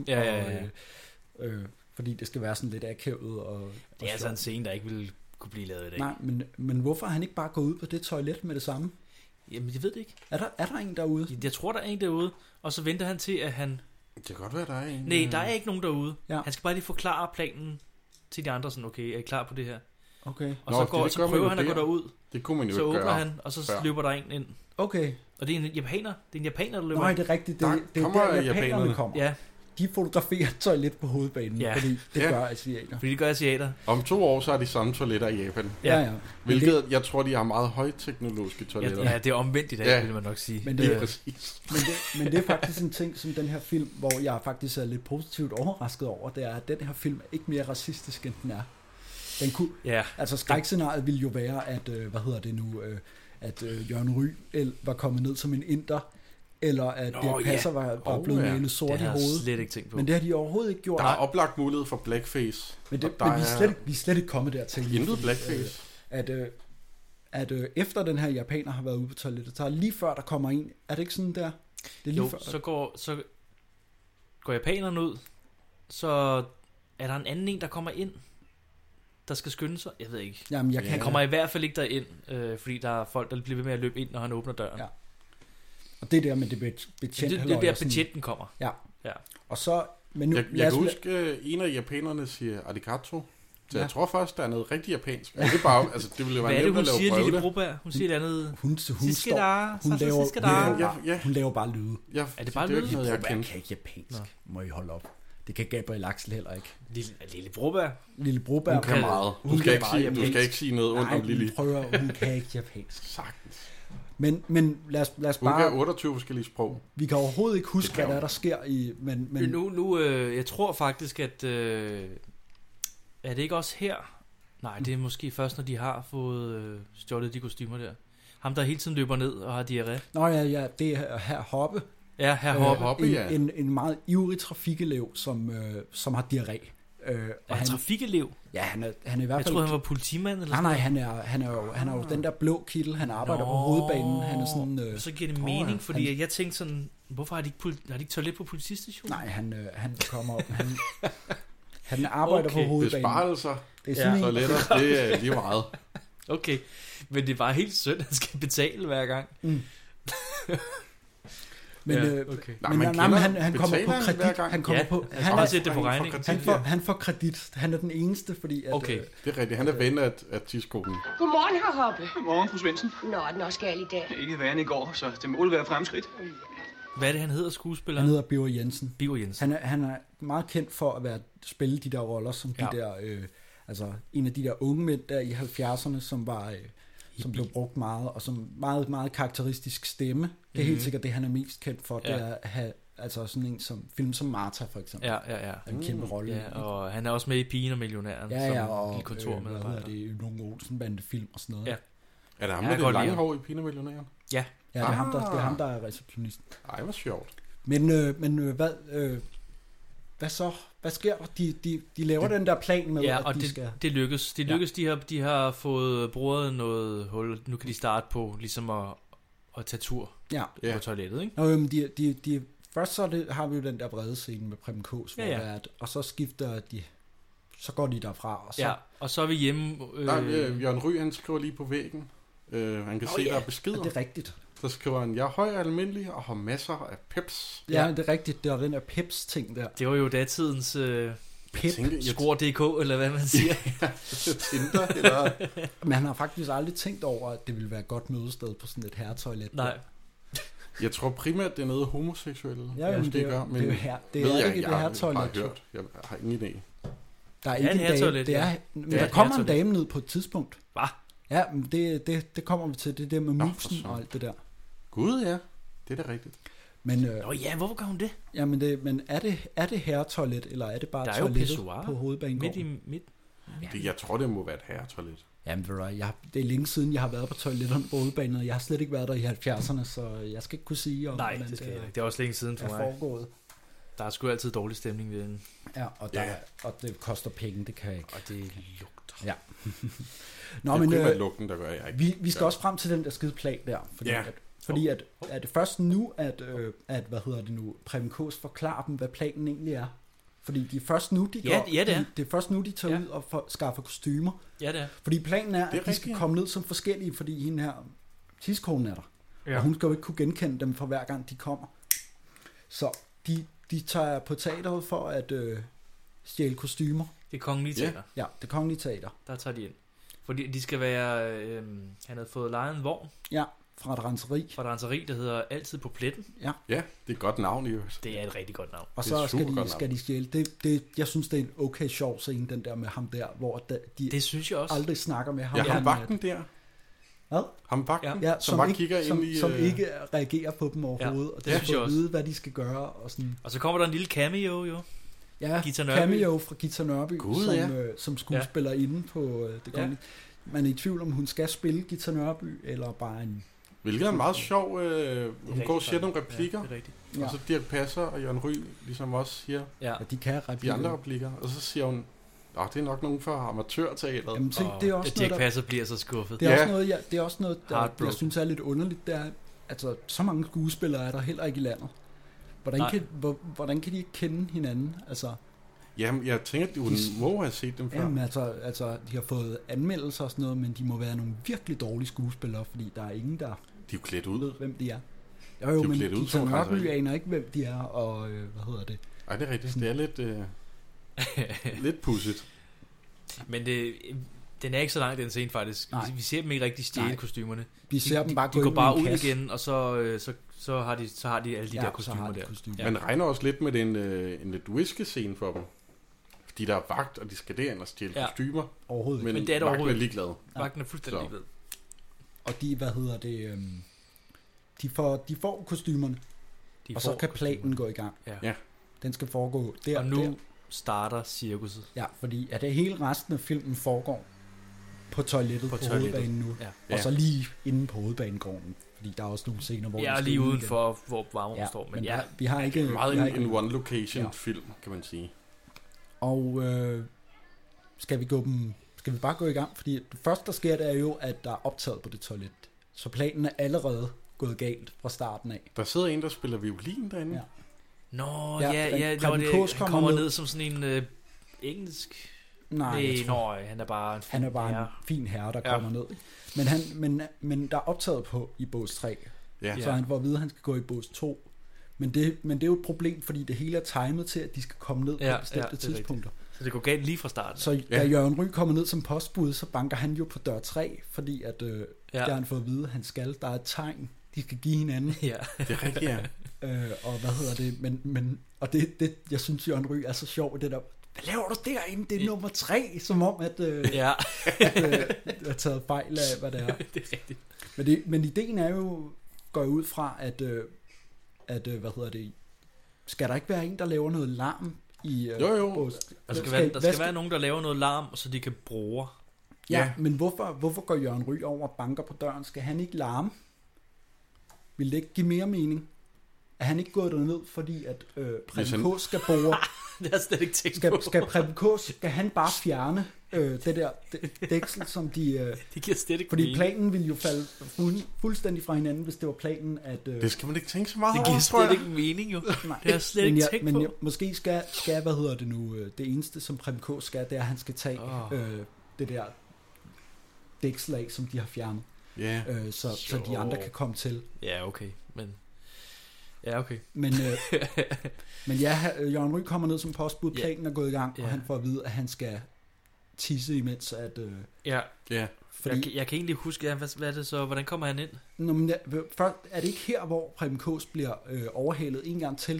fordi det skal være sådan lidt akavet. Og det er altså en scene, der ikke ville kunne blive lavet i dag. Nej, men hvorfor er han ikke bare gået ud på det toilet med det samme? Jamen, jeg ved det ikke. Er der en derude? Jeg tror, der er en derude, og så venter han til, at han... Det kan godt være, der er en. Nej, der er ikke nogen derude. Ja. Han skal bare lige forklare planen til de andre, sådan, okay, er I klar på det her? Okay. Og så prøver han at gå derud. Det kunne man jo så ikke åbner gøre han, og så løber der en ind. Okay. Og det er en japaner. Det er en japaner, der løber. Nej, det er rigtigt. Det er der japanerne kommer. Ja. De fotograferer toilet på hovedbanen, fordi det gør asiater. Fordi det gør asiater. Om 2 år, så har de samme toiletter i Japan. Ja. Hvilket, jeg tror, de har meget højteknologiske toiletter. Ja, det er omvendt i dag, vil man nok sige. Men det er præcis. Men det er faktisk en ting, som den her film, hvor jeg faktisk er lidt positivt overrasket over, det er, at den her film er ikke mere racistisk, end den er. Den kunne, altså skrækscenariet ville jo være, at, at Jørgen Ryg var kommet ned som en inder, eller at Dirch Passer var blevet malet sort i hovedet. Slet ikke tænkt på. Men det har de overhovedet ikke gjort. Der er oplagt mulighed for blackface. Men vi er slet ikke kommet dertil. Intet blackface. At efter den her japaner har været ude på toilettet, så er lige før der kommer en, er det ikke sådan der? Det er lige før, så går japanerne ud, så er der en anden en, der kommer ind, der skal skynde sig. Jeg ved ikke. Jamen, han kommer i hvert fald ikke derind, fordi der er folk, der bliver ved med at løbe ind, når han åbner døren. Ja. Og det der med det betjent. Det der betjenten kommer. Ja. Og så... Men nu, jeg kan huske, en af japanerne siger arigato. Så jeg tror først, der er noget rigtig japansk. Det er bare, altså, det ville jo være nemt at lave prøve det. Hvad er det, hun siger, Lille Broberg? Hun siger et andet... Hun laver bare lyde. Er det bare lyde? Lille Broberg kan ikke japansk. Må I holde op. Det kan Gabriel Axel heller ikke. Lille Broberg? Lille Broberg. Hun kan meget. Du skal ikke sige noget ondt om Lille. Nej, hun kan ikke japansk. Sagtens. Men lad os bare... Hun kan 28 forskellige sprog. Vi kan overhovedet ikke huske, hvad der sker i... Men... Nu, jeg tror faktisk, at... er det ikke også her? Nej, det er måske først, når de har fået stjålet de kostymer der. Ham, der hele tiden løber ned og har diarré. Nå ja, det er Herr Hoppe. Ja, Herr Hoppe. En meget ivrig trafikelev, som har diarré. Og han trafikelev? Ja, han er i hvert fald... Jeg troede, han var politimand eller sådan. Nej, han er jo den der blå kittel. Han arbejder på hovedbanen. Han er sådan... Så giver det mening, fordi jeg tænkte sådan, hvorfor har de ikke toilet på politistationen? Nej, han kommer op. Han arbejder på hovedbanen. Besparelser. Det er så lettere. Det er lige meget. Okay, men det er bare helt synd, at han skal betale hver gang. Men han kommer på kredit. Han kommer på. Han får kredit. Han er den eneste, fordi at... Okay, det er rigtigt. Han er ven af tidskolen. Godmorgen, Herr Hoppe. Godmorgen, fru Svendsen. Nå, den er også gal i dag. Ikke værre end i går, så det må være fremskridt. Hvad er det, han hedder, skuespilleren? Han hedder Birger Jensen. Birger Jensen. Han er meget kendt for at spille de der roller, som de der... altså, en af de der unge mænd der i 70'erne, som var... som blev brugt meget, og som meget, meget karakteristisk stemme. Det er helt sikkert det, han er mest kendt for. Det er at have altså sådan en som film som Martha, for eksempel. Ja. En kæmpe rolle. Ja, og han er også med i Pigen og Millionæren. Og kontormedarbejder. Det er nogle Olsen-bande-film og sådan noget. Ja. Er det ham med det lange hår i Pigen og Millionæren? Ja. Ja, det er ham, der er receptionisten. Ej, hvor sjovt. Men hvad så? Hvad sker der? De laver den der plan med, at de skal... det lykkes. Det lykkes, de har fået brugt noget hul. Nu kan de starte på ligesom at tage tur på toilettet, ikke? Nå, først så har vi jo den der brede scene med Preben Kaas, hvor og så skifter de... Så går de derfra, og så... Ja, og så er vi hjemme... Jørgen Ryg, han skriver lige på væggen. Han kan se, der er beskeder. Det er rigtigt. Så skriver han, jeg er høj og almindelig og har masser af peps. Ja, det er rigtigt. Det var den der peps-ting der. Det var jo datidens Score.dk, eller hvad man siger. Tinder, eller... Men han har faktisk aldrig tænkt over, at det ville være et godt mødested på sådan et herretoilet. Nej. Jeg tror primært, det er noget homoseksuelle. Ja, men det er ikke det herretoilet. Jeg har ingen idé. Der er ikke en dame. Men der kommer en dame ned på et tidspunkt. Hvad? Ja, men det kommer vi til. Det der med musen og alt det der. Gud, ja. Det er da rigtigt. Men, hvorfor gør hun det? Ja, men er det herretoilet, eller er det bare toilettet på hovedbanegården? Jeg tror, det må være et herretoilet. Jamen, det er længe siden, jeg har været på toiletterne på hovedbanen, og jeg har slet ikke været der i 70'erne, så jeg skal ikke kunne sige, om nej, det skal jeg ikke. Det er også længe siden for mig. Foregået. Der er sgu altid dårlig stemning ved den. Ja, og det koster penge, det kan jeg ikke. Og det lugter. Ja. Nå, men lugten, der gør jeg ikke. Vi skal også frem til den der skide plan der, fordi at det først nu, at hvad hedder det nu, Preben Kaas forklarer dem, hvad planen egentlig er. Fordi det er først nu, det er først nu, de tager ud og skaffer kostymer. Ja, det er. Fordi planen er, at de skal komme ned som forskellige, fordi hende her tidskonen er der. Ja. Og hun skal jo ikke kunne genkende dem for hver gang de kommer. Så de tager på teateret for at stjæle kostymer. Det er Kongelige Teater. Ja, det er Kongelige Teater. Der tager de ind. Fordi de skal være... han havde fået lejet en vogn. Ja, fra et renseri. Fra et renseri, der hedder Altid på pletten. Ja. Ja, det er et godt navn, jo. Det er et rigtig godt navn. Og så skal de stjæle. Jeg synes, det er en okay sjov scene, den der med ham der, hvor de det synes jeg også. Aldrig snakker med ham. Ja, ham vagten der. Hvad? Ham vagten, ja, som bare kigger ind i... Som ikke reagerer på dem overhovedet. Og det skal vide, hvad de skal gøre. Og så kommer der en lille cameo, jo. Ja, cameo fra Gita Nørby, som skuespiller inde på det kongelige. Man er i tvivl om, hun skal spille Gita Nørby, eller bare en Hvilket er en meget sjov... hun går og siger nogle replikker. Ja, det er rigtigt. Og så Dirch Passer og Jørgen Ryg ligesom også siger de kan de andre replikker. Og så siger hun, det er nok nogen fra amatørteateret. Jamen, det er også Dirch Passer bliver så skuffet. Det er også noget, der jeg synes er lidt underligt. Det er, altså, så mange skuespillere er der heller ikke i landet. Hvordan kan de ikke kende hinanden? Altså... Jamen, jeg tænker, at hun må have set dem før. Jamen, altså, de har fået anmeldelser og sådan noget, men de må være nogle virkelig dårlige skuespillere, fordi der er ingen, der... De er jo klædt ud. Ved, hvem de er. Jo, men de Mørkby aner ikke, hvem de er, og hvad hedder det? Ej, det er rigtigt. Det er lidt pudsigt. Men den er ikke så lang, den scene faktisk. Vi ser dem ikke rigtig stjæle kostymerne. Vi ser dem bare de går bare ud igen, og så har de alle de der kostymer der. Ja. Man regner også lidt med en lidt whisky-scene for dem. Fordi der er vagt, og de skal derind og stjæle kostymer. Overhovedet ikke. Men det er der overhovedet ikke. Ligeglade. Vagten er fuldstændig ligeglad. Og de får kostymerne, og så kan planen gå i gang. Ja. Den skal foregå der. Og nu starter cirkuset. Ja, fordi det hele resten af filmen foregår på toilettet på hovedbanen nu. Ja. Og så lige inde på hovedbanegården. Fordi der er også nogle scener, hvor vi lige udenfor, hvor varmen står. Men vi har ikke... Meget en one-location film, kan man sige. Og skal vi bare gå i gang? Fordi det første, der sker, det er jo, at der er optaget på det toilet. Så planen er allerede gået galt fra starten af. Der sidder en, der spiller violin derinde. Ja. Nå, han kommer ned som sådan en engelsk... Nej, han er bare en fin herre, der kommer ned. Men der er optaget på i bås 3. Ja. Så han får at vide, at han skal gå i bås 2. Men det er jo et problem, fordi det hele er timet til, at de skal komme ned på bestemte tidspunkter. Så det går galt lige fra starten. Så da Jørgen Ryg kommer ned som postbud, så banker han jo på dør 3, fordi at der har han fået at vide, at han skal. Der er et tegn, de skal give hinanden. Ja, det er rigtigt, ja. Og hvad hedder det? Men og det, jeg synes, Jørgen Ryg er så sjov, det der... Hvad laver du derinde? Det er nummer 3, som om, at jeg har taget fejl af, hvad det er. Det er rigtigt. Men ideen er jo, går ud fra, at hvad hedder det, skal der ikke være en, der laver noget larm i... Jo. Der skal være nogen, der laver noget larm, så de kan bruge. Ja, men hvorfor går Jørgen Ryg over og banker på døren? Skal han ikke larme? Vil det ikke give mere mening? Er han ikke gået derned, fordi at Preben K. skal bore... Det har slet ikke tænkt på. Skal Preben K. Skal han bare fjerne det der dæksel, som de... Det giver slet ikke fordi mening. Planen ville jo falde fuldstændig fra hinanden, hvis det var planen, at... det skal man ikke tænke så meget over. Det giver slet ikke mening jo. Nej, det har slet ikke tænkt på. Men måske skal, hvad hedder det nu, det eneste, som Preben K. skal, det er, at han skal tage det der dæksel af, som de har fjernet. Yeah. Så de andre kan komme til. Ja, okay. Ja, okay. Men Jørgen Ryg kommer ned som postbud, planen er gået i gang, og han får at vide, at han skal tisse imens, at... Fordi, jeg kan egentlig huske, hvad er det så, hvordan kommer han ind? Nå, men er det ikke her, hvor Preben K's bliver overhalet en gang til?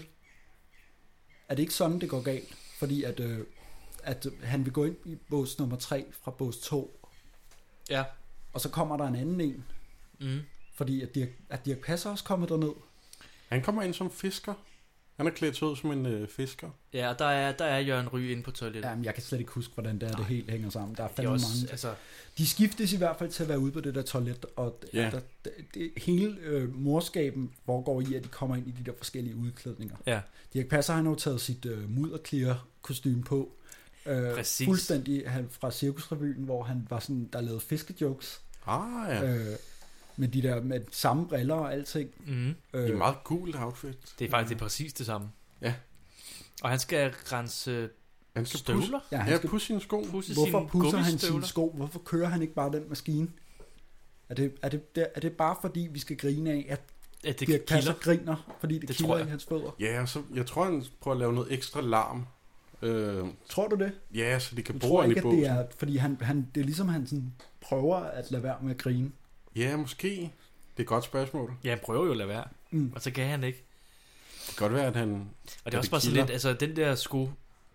Er det ikke sådan, det går galt? Fordi at han vil gå ind i bås nummer 3 fra bås 2. Ja. Og så kommer der en anden en. Mm. Fordi at Dirch Passer også kommer derned. Han kommer ind som fisker. Han er klædt ud som en fisker. Ja, der er Jørgen Ryg inde på toilettet. Jamen, jeg kan slet ikke huske, hvordan det helt hænger sammen. Der er fandme mange. Altså... De skiftes i hvert fald til at være ude på det der toilet, og hele morskaben foregår i, at de kommer ind i de der forskellige udklædninger. Ja. Dirch Passer, han har jo taget sit mudderklæder-kostyme på. Fuldstændig fra Cirkusrevyen, hvor han var sådan, der lavede fiskejokes. Med de der med samme briller og alting. Mm. Det er meget cool outfit. Det er faktisk præcis det samme. Ja. Og han skal rense støvler. Han skal pusse sine sko. Hvorfor pusser han sine sko? Hvorfor kører han ikke bare den maskine? Er det bare fordi vi skal grine af, at Dirch Passer griner, fordi det kilder i hans fødder? Ja, så jeg tror han prøver at lave noget ekstra larm. Tror du det? Ja, så de kan bruge han i båsen. Det er, fordi det er ligesom han sådan prøver at lade være med at grine. Ja, måske. Det er et godt spørgsmål. Ja, han prøver jo at lade være. Og så kan han ikke. Det kan godt være, at han... Og det er også bare sådan lidt, altså den der hvad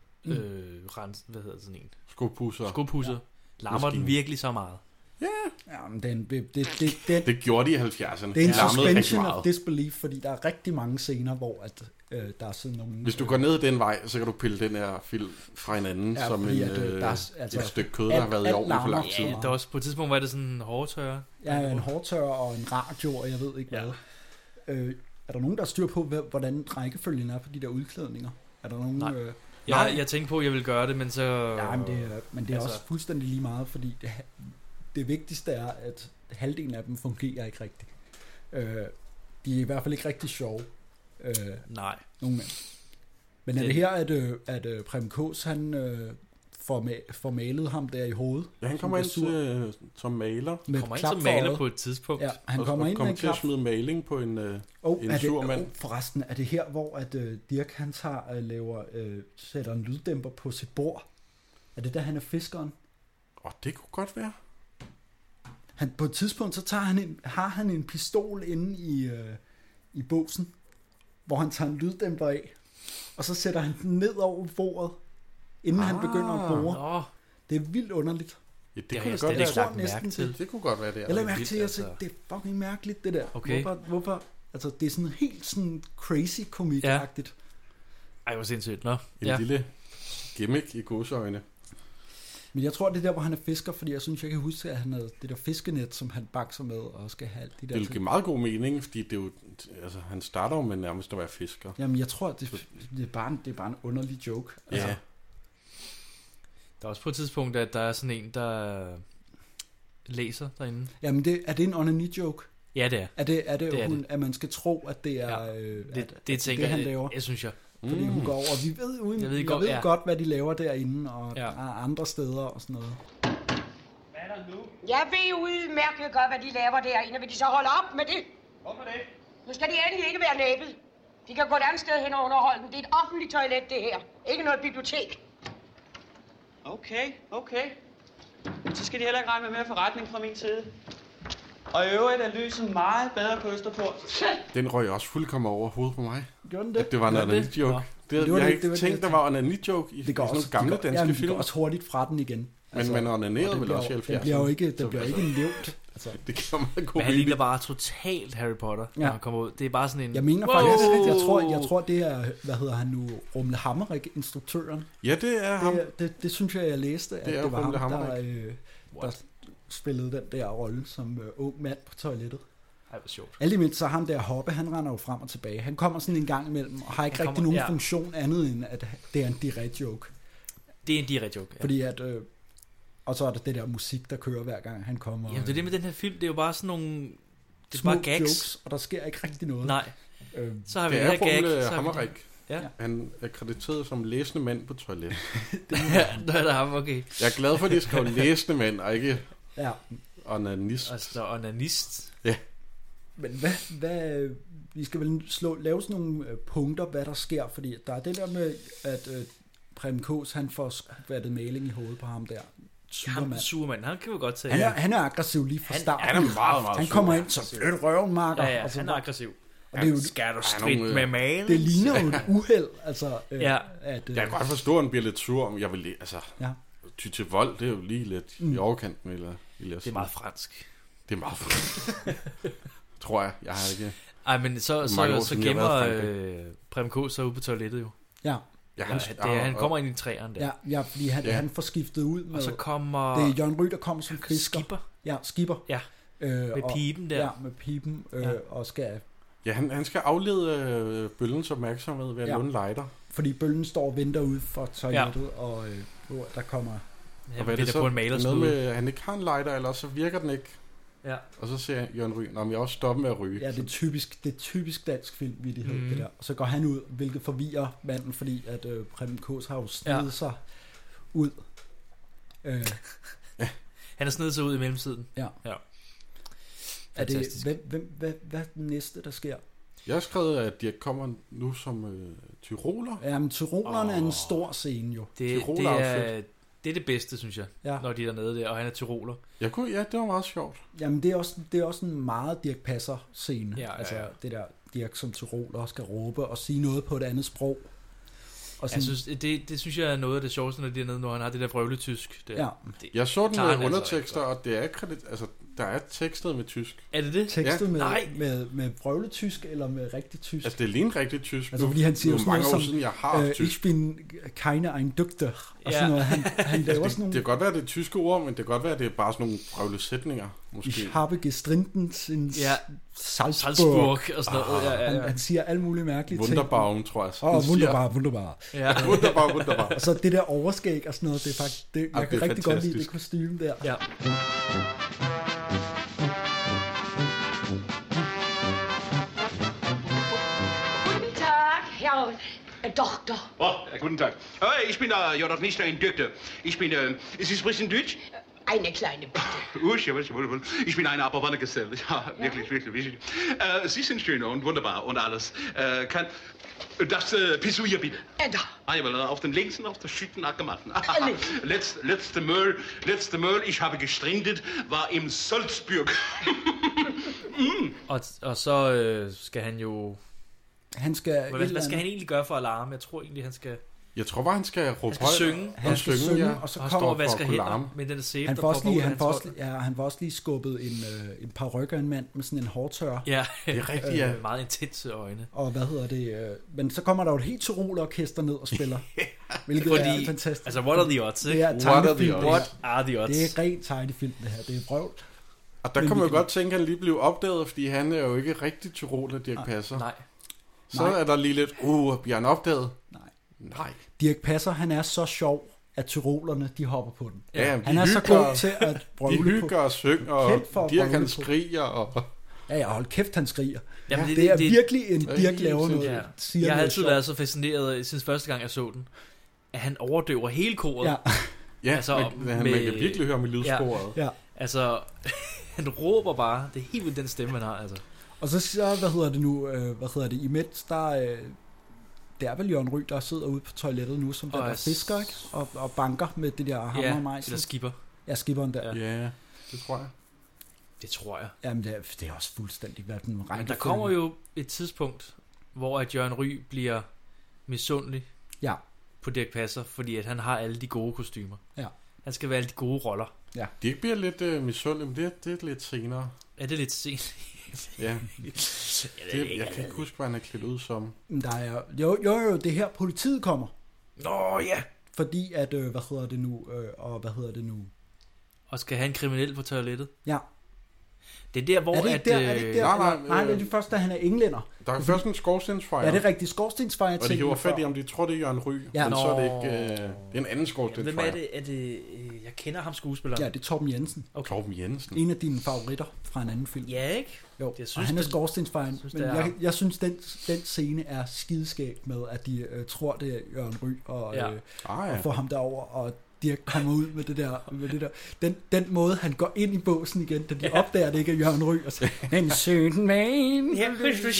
hedder sådan en? Skopusser. Larmer den virkelig så meget? Ja, men det gjorde de i 70'erne. Det er en suspension of disbelief, fordi der er rigtig mange scener, hvor at der er sådan nogle... Hvis du går ned den vej, så kan du pille den her film fra hinanden, som fordi, et stykke kød, der har været i ovnen for lang tid. Ja, der også på et tidspunkt var det sådan en hårdtørrer. Ja, en hårdtørrer og en radio, og jeg ved ikke hvad. Er der nogen, der styr på, hvordan rækkefølgen er på de der udklædninger? Er der nogen... Nej. Jeg tænkte på, at jeg ville gøre det, men så... Ja, men det er også fuldstændig lige meget, fordi det vigtigste er, at halvdelen af dem fungerer ikke rigtigt. De er i hvert fald ikke rigtig sjove. Nej. Nogen af dem. Men er det her, at Preben Kaas, han får malet ham der i hovedet? Ja, han kommer ind som maler. Han kommer ind som maler på et tidspunkt. Ja, han kommer ind til at smide maling på en sur mand. Forresten, er det her, hvor at Dirch, han sætter en lyddæmper på sit bord? Er det der, han er fiskeren? Det kunne godt være. På et tidspunkt, så har han en pistol inde i båsen, hvor han tager en lyddæmper af, og så sætter han den ned over bordet, inden han begynder at bore. Det er vildt underligt. Ja, det kunne godt være. Det kunne godt være det. Jeg lader mærke til, at det er fucking mærkeligt, det der. Okay. Hvorfor? Altså, det er sådan helt sådan crazy komik-agtigt. Ej, hvor sindssygt. En lille gimmick i gåseøjne. Men jeg tror, det er der, hvor han er fisker, fordi jeg synes, jeg kan huske, at han havde det der fiskenet, som han bakser med, og skal have alt de der. Det vil give meget god mening, fordi det er jo, altså, han starter jo med nærmest at være fisker. Jamen, jeg tror, det er bare en underlig joke. Altså. Ja. Der er også på et tidspunkt, at der er sådan en, der læser derinde. Jamen, er det en onani-joke? Ja, det er. Er det. At man skal tro, at det er det han laver? Jeg synes jeg. Fordi hun går over, vi ved godt, hvad de laver derinde, og andre steder og sådan noget. Hvad er der nu? Jeg ved jo udmærket godt, hvad de laver derinde, vil de så holde op med det? Hvorfor det? Nu skal de endelig ikke være næbet. De kan gå et andet sted hen og underholde dem. Det er et offentligt toilet, det her. Ikke noget bibliotek. Okay. Så skal de heller ikke regne med mere forretning fra min side. Og i øvrigt er lyset meget bedre på Østerport. Den røg også fuldkommen over hovedet på mig. Gjorde den det? At det var en onani-joke. Jeg har ikke tænkt, der var en onani-joke i sådan nogle gamle danske film. Det går også hurtigt fra den igen. Men man onanerede vel også i 70'erne. Den bliver ikke nævnt. Altså. Det kan meget god. Men han ligner bare totalt Harry Potter, når han kommer ud. Det er bare sådan en... Jeg mener faktisk, jeg tror det er, hvad hedder han nu, Rumle Hammerik, instruktøren. Ja, det er ham. Det synes jeg læste, at det var ham, der spillede den der rolle som ung mand på toilettet. Ej, hvor sjovt. Alt imens så ham der Hoppe, han render jo frem og tilbage. Han kommer sådan en gang imellem, og har ikke rigtig nogen funktion andet end, at det er en direct joke. Det er en direct joke, Fordi at... og så er der det der musik, der kører hver gang han kommer. Jamen det er det med den her film, det er jo bare sådan nogle... Det er bare gags. Jokes, og der sker ikke rigtig noget. Nej. Så har vi det her gag. Det er Hammerik. Ja. Han er krediteret som læsende mand på toilet. Der er der ham, okay. Jeg er glad for, at de skrev læsende mand, og ikke onanist. Altså onanist. Ja. Men hvad vi skal vel lave sådan nogle punkter, hvad der sker, fordi der er det der med, at Preben Kaas, han får skvattet maling i hovedet på ham der. Superman, han kan jo godt tage... Han er aggressiv lige fra starten. Han er meget han kommer ind, så blødt røven, marker. Ja, han er aggressiv. Og det er jo, skal du stridt med malen? Det ligner jo et uheld, altså... jeg kan godt forstå, at han bliver lidt sur, om jeg vil... Altså, ty til vold, det er jo lige lidt i overkanten, eller... Det er meget fransk. Det er meget fransk. Tror jeg. Jeg har ikke... Ej, men så gemmer Preben Kaas så ude på toilettet jo. Ja. Ja, han kommer ind i træerne der. Ja, fordi han får skiftet ud med... Og så kommer... Det er Jørgen Ryg, der kommer som krisker. Skipper. Ja, med piben der. Ja, med piben, og skal... Ja, han skal aflede bøllens opmærksomhed ved at låne lighter. Fordi bøllen står og venter ude for toilettet, og der kommer... Og hvad er det så? På en noget med, at han ikke har en lighter, eller så virker den ikke. Ja. Og så siger Jørgen Ryg, jeg også stoppe med at ryge. Ja, det er typisk dansk filmvittighed, det der. Og så går han ud, hvilket forvirrer manden, fordi at Preben Kaas har jo snedet sig ud. Han har snedet sig ud i mellemtiden. Ja. Er det, hvad er det næste, der sker? Jeg har skrevet, at de kommer nu som tyroler. Ja, men tyrolerne er en stor scene jo. Det er det bedste, synes jeg, når de er dernede der, og han er tyroler. Ja, det var meget sjovt. Jamen, det er også en meget Dirch Passer-scene. Ja. Altså, det der Dirch som tyroler skal råbe og sige noget på et andet sprog. Og sådan, jeg synes, det synes jeg er noget af det sjoveste, når de er nede, når han har det der vrøvletysk. Jeg så den med undertekster, og det er der Der er tekstet med tysk. Er det? Tekstet med vrøvletysk eller med rigtig tysk? Altså, det er lige en rigtig tysk. Altså, fordi han siger sådan mange noget år siden, jeg har tysk. Ich bin keine ein Dygter. Og sådan noget. Han laver sådan nogle... Det kan godt være, det er tyske ord, men det kan godt være, det er bare sådan nogle vrøvlesætninger, måske. Ich habe gestritten in Salzburg og sådan noget. Han siger alle mulige mærkelige ting. Wunderbaum, tror jeg. Wunderbar. Ja. Wunderbar. Og så det der overskæg og sådan noget, det er faktisk... jeg kan rigtig godt lide det kostume der. Ja. Herr Doktor. Oh, guten Tag. Ich bin ja doch nicht ein Doktor. Ich bin, Sie sprechen Deutsch? Eine kleine Bitte. Ich bin eine Aberwanne-Geselle. Ja, wirklich. Sie sind schön und wunderbar und alles. Kann das Pisuier bitte? Da. Jawohl, auf den linksen, auf der Schüttenackermatten. Letzte Mal, ich habe gestrindet, war im Salzburg. Og så skal han jo... Han skal... Hvad skal han egentlig gøre for alarm? Jeg tror egentlig, han skal... Jeg tror bare, han skal råbe højt. Han skal synge, og så kommer og vasker hænder med den sæbe, han får også lige skubbet en par rykker en mand med sådan en hårtør. Ja, det er rigtig ja. Meget intense øjne. Og hvad hedder det? Men så kommer der jo et helt Tyroler-orkester ned og spiller. Hvilket er fantastisk. Altså, what are the odds, ikke? What are the odds? Det er rent tegnefilm, det her. Det er vrøvl. Og der kan man jo godt tænke, at han lige blev opdaget, fordi han er jo ikke rigtig Tyroler, Dirch Passer. Nej. Så er der lige lidt, bliver han opdaget? Nej. Dirch Passer, han er så sjov, at tyrolerne, de hopper på den. Ja, han er så god til at brøvle på. De hygger og synger, og Dirch han skriger. Og... Ja, hold kæft, han skriger. Jamen, det er virkelig en Dirch laver noget. Ja. Jeg har altid været så fascineret, siden første gang jeg så den, at han overdøver hele koret. Ja, altså, man kan virkelig høre med lydsporet. Ja. Altså, han råber bare. Det er helt vildt den stemme, han har, altså. Og så, imens, der... Det er vel Jørgen Ryg, der sidder ude på toilettet nu, som der fisker, ikke? Og banker med det der hammer og mejsel. Ja, eller skipper. Ja, skipperen der. Ja, det tror jeg. Det tror jeg. Jamen, det er også fuldstændig været en række. Men der kommer jo et tidspunkt, hvor at Jørgen Ryg bliver misundelig på Dirch Passer, fordi at han har alle de gode kostymer. Ja. Han skal være alle de gode roller. Ja. Det bliver lidt misundelig, men det er lidt senere. Er det lidt sent? Ja. Jeg kan ikke huske, hvad han er klædt ud som. Der er jo det her politiet kommer. Nå ja. Fordi at og skal have en kriminel på toilettet. Ja. Det er der, hvor er det der? Nej, det er det første, da han er englænder. Der er først en skorstensfejer. Ja, det er rigtigt, skorstensfejer. Og de hiver fat i, om de tror, det er Jørgen Ryg. Ja. Men så er det ikke... det er en anden skorstensfejer. Hvem er det? Jeg kender ham skuespilleren. Ja, det er Torben Jensen. Okay. Torben Jensen. En af dine favoritter fra en anden film. Ja, ikke? Jo, og han er skorstensfejeren. Men jeg synes, den scene er skideskæg med, at de tror, det er Jørgen Ryg, og får ham derover, og Dirch kommer ud med det der. Den måde, han går ind i båsen igen, da de opdager, det ikke er Jørgen Ryg, og siger, en søn man. Ja,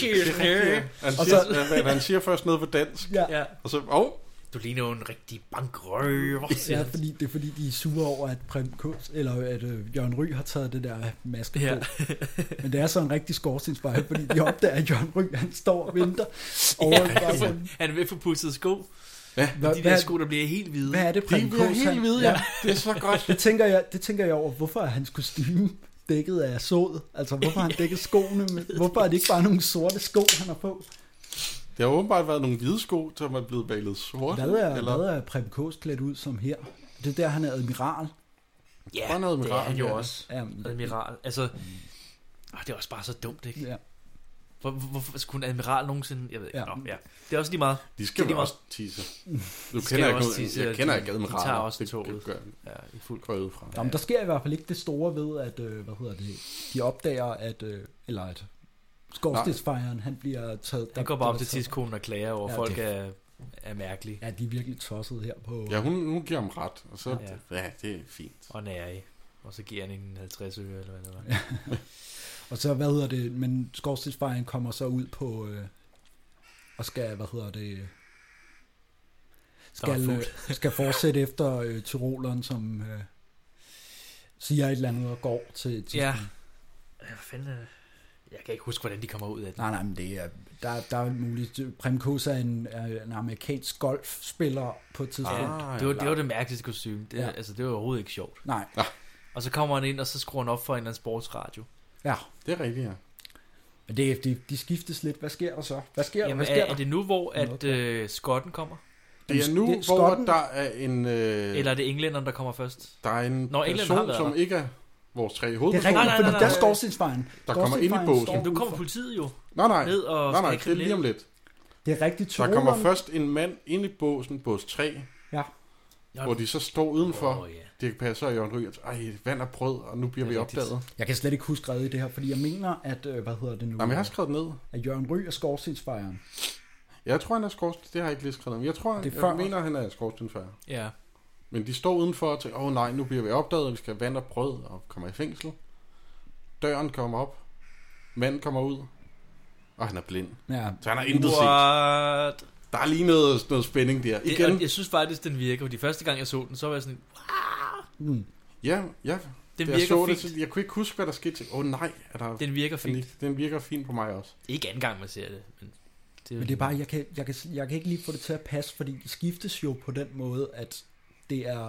han siger først noget på dansk, og så, du ligner jo en rigtig bankrøver. Ja, det er fordi, de er sure over, at Jørgen Ryg har taget det der maske på. Men det er så en rigtig skorstensfejer, fordi de opdager, at Jørgen Ryg, han står og venter. Han er ved for pudset sko. Ja. De der sko, der bliver helt hvide. Hvad er det, Preben Kaas? Helt hvide, ja. Det er så godt. Det tænker jeg over, hvorfor er hans kostyme dækket af sod? Altså, hvorfor har han dækket skoene med? Hvorfor er det ikke bare nogle sorte sko, han har på? Det har åbenbart været nogle hvide sko, som er blevet malet sort. Hvad er Preben Kaas klædt ud som her? Det er der, han er admiral. Ja, det er han jo også. Admiral. Altså, det er også bare så dumt, ikke? Ja. Hvorfor skulle en admiral nogensinde... Jeg ved ikke. Ja. Det er også lige meget. De skal jo også tisse. Jeg kender ikke admiraler. De tager også toget. I fuld grøde fra. Jamen, der sker i hvert fald ikke det store ved, at de opdager, at skorstensfejeren, han bliver taget... Han går bare op til tidskonen og klager over, folk er mærkelige. Ja, de er virkelig tosset her på... Ja, hun giver ham ret, og så... Ja, det er fint. Og nærig. Og så giver han en 50 øre, eller hvad det var. Og så, men skorstensfejeren kommer så ud på, og skal, skal fortsætte efter tyroleren, som siger et eller andet og går til ja. Hvad fanden er det? Jeg kan ikke huske, hvordan de kommer ud af det. Nej, men det er, der er muligt. Preben Kaas er en amerikansk golfspiller på et tidspunkt. Det var det mærkeligste kostume. Det var overhovedet ikke sjovt. Nej. Og så kommer han ind, og så skruer han op for en eller anden sportsradio. Ja. Det er rigtigt, ja. Men de skiftes lidt. Hvad sker der så? Jamen, er det nu, hvor at skotten kommer? Det er nu, hvor der er en... Eller er det englænderne, der kommer først? Der er en person, som ikke er vores 3 hovedpersoner. Det er rigtigt, fordi der står Skorstensfejren. Der kommer ind i båsen. Jamen, du kommer politiet jo. Nej, ned og nej, det er lige om lidt. Det er rigtigt. Der kommer først en mand ind i båsen, bås 3. Ja. Hvor de så står udenfor. Dirch Passer og Jørgen Ryg. Vand og brød, og nu bliver vi opdaget. Jeg kan slet ikke huske skrevet i det her, fordi jeg mener, at... hvad hedder det nu? Jamen, jeg har skrevet ned. At Jørgen Ryg er Skorstensfejren. Jeg tror, han er skorsten. Det har jeg ikke lige skrevet om. Jeg mener, han er skorstensfejer. Ja. Men de står udenfor og tænker, nej, nu bliver vi opdaget, vi skal have vand og brød og kommer i fængsel. Døren kommer op. Manden kommer ud. Og han er blind. Ja. Så han har intet set. Der er lige noget spænding der. Igen. Jeg synes faktisk, den virker. De første gang, jeg så den, så var jeg sådan... Ja. Den virker fint. Det, jeg kunne ikke huske, hvad der skete. Nej. Den virker fint. Den virker fint på mig også. Ikke anden gang, man ser det. Men det er bare, jeg kan ikke lige få det til at passe, fordi de skiftes jo på den måde, at det er,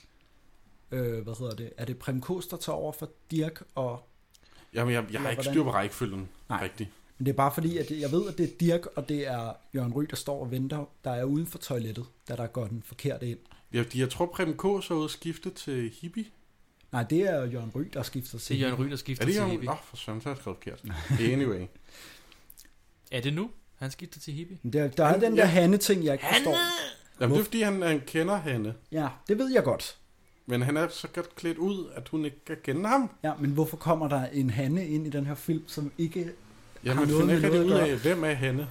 er det Preben Kaas, der tager over for Dirch og... Jamen, jeg har ikke styr på rækkefølgen rigtigt. Men det er bare fordi, at jeg ved, at det er Dirch, og det er Jørgen Ryg, der står og venter, der er uden for toilettet, da der går den forkerte ind. Jeg tror, Preben Kaas er ude at skifte til hippie. Nej, det er Jørgen Ryg, der skifter til hippie. Det er Jørgen Ryg, der skifter til hippie. For søren, så har jeg skrevet forkert. Anyway. Er det nu? Han skifter til hippie? Der er den der Hanne-ting, jeg ikke forstår. Jamen, det er fordi, han kender Hanne. Ja, det ved jeg godt. Men han er så godt klædt ud, at hun ikke kan kende ham. Ja, men hvorfor kommer der en Hanne ind i den her film, som ikke har noget med noget at gøre? Hvem er Hanne?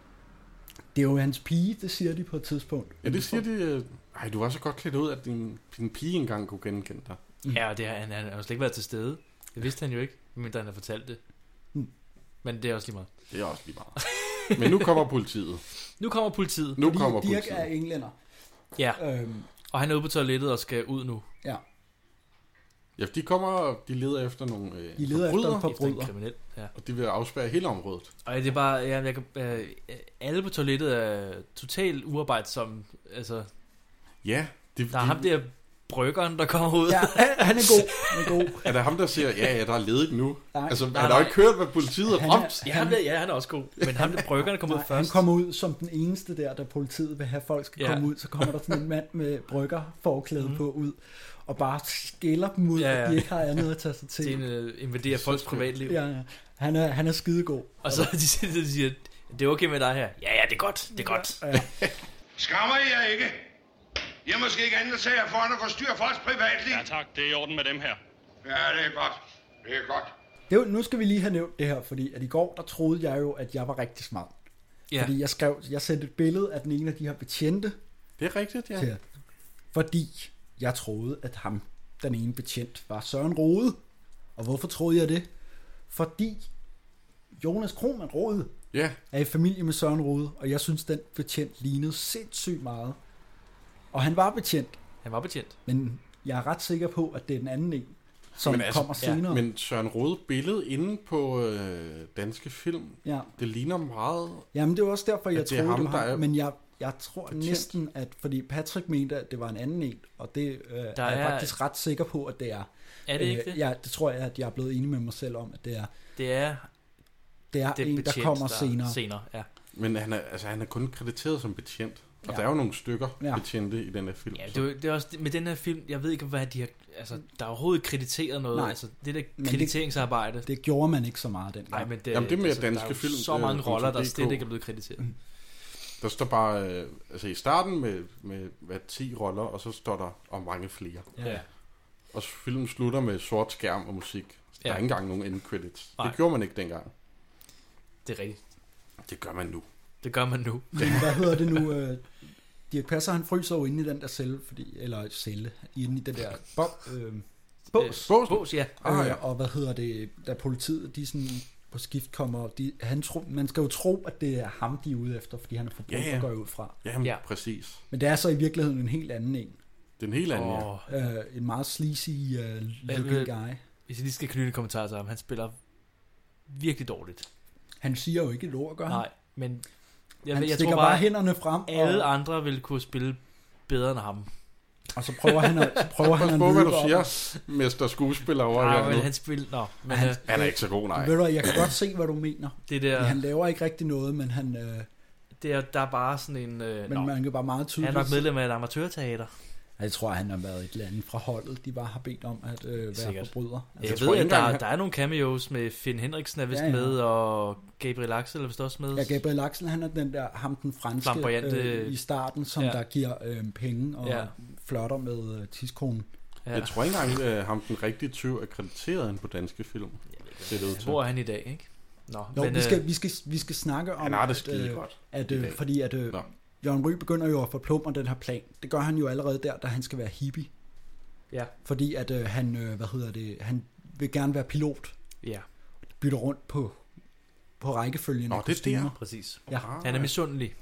Det er jo hans pige, det siger de på et tidspunkt. Ja, det siger de. Ej, du var så godt klædt ud, at din pige engang kunne genkende dig. Ja, det han har jo slet ikke været til stede. Det vidste han jo ikke, medmindre han har fortalt det. Men det er også lige meget. Det er også lige meget. Men nu kommer politiet. Nu kommer politiet. Dirch er englænder. Ja, og han er ude på toilettet og skal ud nu. Ja. Ja, de kommer, de leder efter nogle forbrydere. Kriminel, ja. Og de vil afspærre hele området. Og det er bare, alle på toilettet er totalt uarbejdsomme. Altså, ja. Der er ham der bryggeren, der kommer ud. Ja, han er god. Er det ham, der siger, ja, der er ledigt nu? Nej. Altså, han har jo ikke hørt, hvad politiet har råbt. Ja, han er også god. Men ham der bryggeren kommer ud først. Han kommer ud som den eneste der, da politiet vil have, folk skal komme ud. Så kommer der sådan en mand med bryggerforklæde på ud. Og bare skælder dem ud, at de ikke har andet at tage sig til. Det invaderer folks privatliv. Ja. Han er skidegod. Og så de siger, det er okay med dig her. Ja, det er godt. Det er godt. Ja. Skammer I jer ikke? I har måske ikke andet at sige for at forstyrre folks privatliv. Ja tak, det er i orden med dem her. Ja, det er godt. Det er godt. Nu skal vi lige have nævnt det her, fordi at i går, der troede jeg jo, at jeg var rigtig smart. Ja. Fordi jeg sendte et billede af den ene af de her betjente. Det er rigtigt, ja. Til, fordi jeg troede, at den ene betjent, var Søren Rode. Og hvorfor troede jeg det? Fordi Jonas Krohmann Rode er i familie med Søren Rode, og jeg synes, den betjent lignede sindssygt meget. Og han var betjent. Men jeg er ret sikker på, at det er den anden en, som kommer senere. Men Søren Rode billede inde på Danske Film, det ligner meget... Jamen det var også derfor, jeg troede det var ham, men jeg tror næsten, at fordi Patrick mente, at det var en anden en, og det er jeg faktisk ret sikker på, at det er. Er det ikke det? Ja, det tror jeg, at jeg er blevet enig med mig selv om, at det er. Det er en, der kommer senere. Ja. Men han er kun krediteret som betjent. Og der er jo nogle stykker betjente i den her film. Ja, det er også med den her film, jeg ved ikke, hvad de har... Altså, der er overhovedet ikke krediteret noget. Nej, altså, det der krediteringsarbejde... Det gjorde man ikke så meget den gang. Nej, men det er med danske film. Der er så mange roller, der slet ikke er blevet krediteret. Der står bare... i starten med 10 roller, og så står der om mange flere. Ja. Og filmen slutter med sort skærm og musik. Der er ikke engang nogen end credits. Det gjorde man ikke dengang. Det er rigtigt. Det gør man nu. Hvad hedder det nu? Dirch Passer, han fryser jo inde i den der celle, inde i den der bås, ja. Og hvad hedder det, da politiet, de sådan på skift kommer, man skal jo tro, at det er ham, de er ude efter, fordi han er forbryder, går ud fra. Ja, præcis. Men det er så i virkeligheden en helt anden en. Det er en helt anden, en meget sleazy looking guy. Hvis jeg lige skal knytte en kommentar til ham, han spiller virkelig dårligt. Han siger jo ikke et ord, gør han? Nej, men... Jeg stikker bare hænderne frem. Alle andre ville kunne spille bedre end ham. Og så prøver han at hvad du siger, mester skuespiller over her. Men han spiller... han er ikke så god, nej. Ved du, jeg kan godt se, hvad du mener. Det der... Han laver ikke rigtig noget, men han... Der er bare sådan en... men man kan bare meget tydeligt... Han er nok medlem af et amatørteater. Jeg tror, han har været et eller andet fra holdet, de bare har bedt om at være forbryder. Altså, jeg ved, at der er nogle cameos med Finn Henriksen er vist med, og Gabriel Axel er vist også med. Ja, Gabriel Axel, han er den franske i starten, som der giver penge og flirter med tidskonen. Ja. Jeg tror ikke engang, ham den rigtige tyv er krediteret på danske film. Hvor er han i dag, ikke? Nå, men, vi skal snakke om, han har det skide godt. Fordi at... Jørgen Ryg begynder jo at forplumre den her plan. Det gør han jo allerede der, da han skal være hippie. Ja. Fordi at han, han vil gerne være pilot. Ja. Bytter rundt på rækkefølgen. Nå, det er det. Præcis. Ja. Han er misundelig.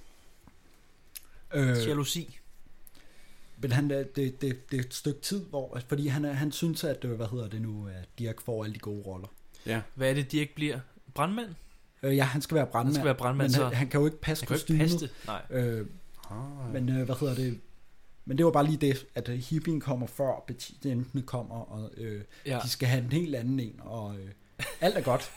Jalousi. Men han, det er et stykke tid, fordi han synes, at, at Dirch får alle de gode roller. Ja. Hvad er det, Dirch bliver? Brandmand? Ja, han skal være brandmand. Men han kan jo ikke passe kostymet. Nej. Men Men det var bare lige det, at hippien kommer før betjentene kommer, og de skal have en helt anden en, og alt er godt.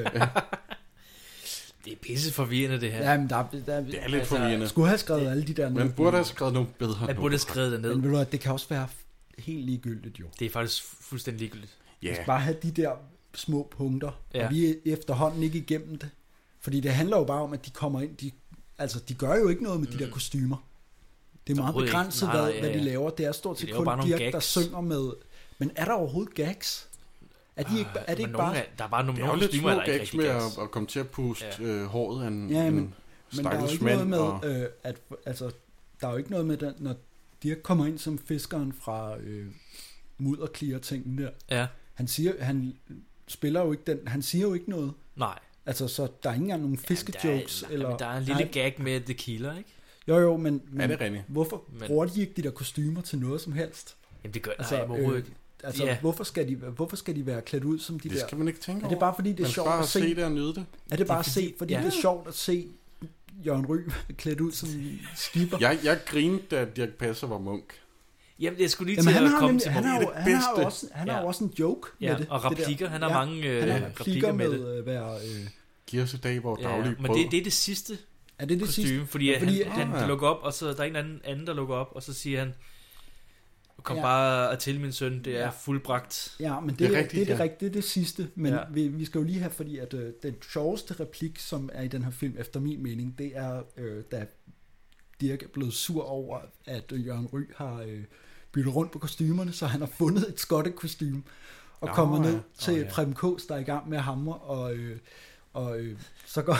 Det er pisse forvirrende, det her. Ja, men det er lidt forvirrende. Skulle have skrevet alle de der ned. Man burde have skrevet nogle bedre. Man burde have skrevet det ned. Men ved du hvad, det kan også være helt ligegyldigt jo. Det er faktisk fuldstændig ligegyldigt. Yeah. Vi skal bare have de der små punkter, og vi er efterhånden ikke igennem det. Fordi det handler jo bare om, at de kommer ind, de gør jo ikke noget med de der kostymer. Det er meget begrænset, hvad de laver. Det er stort set kun Dirch, der synger med. Men er der overhovedet gags? Er det ikke bare... Der er bare nogle kostymer, der ikke rigtig gags. Med at komme til at puste håret af en stakkelsmand. Men der er jo ikke noget med, der er jo ikke noget med, når Dirch kommer ind som fiskeren fra mudderklier-tingen der. Ja. Han spiller jo ikke den, han siger jo ikke noget. Nej. Altså, så der er ikke engang nogen fiskejokes. Der er en lille gag med The Killer, ikke? Jo, men hvorfor bruger de ikke de der kostymer til noget som helst? Jamen det gør ikke. Hvorfor skal de være klædt ud som de der? Det skal man ikke tænke over. Er det bare fordi det er sjovt at se det og nyde det? Er det bare at se, fordi det er sjovt at se Jørgen Ryg klædt ud som skipper? Jeg grinede, da Dirch Passer var munk. Jamen, jeg skulle lige til at komme til han har jo også en joke med det. Og replikker. Han har mange replikker med det. Giver os i dag, hvor daglige brød. Men det er det sidste. Er det kostume, sidste? Fordi han lukker op, og så der er en anden, der lukker op, og så siger han, kom bare til min søn, det er fuldbragt. Ja, men det er det sidste, men vi skal jo lige have, fordi at den sjoveste replik, som er i den her film, efter min mening, det er, da Dirch er blevet sur over, at Jørgen Ryg har byttet rundt på kostymerne, så han har fundet et skottekostyme, og kommer ned til Preben Kaas, der er i gang med at hamre, og så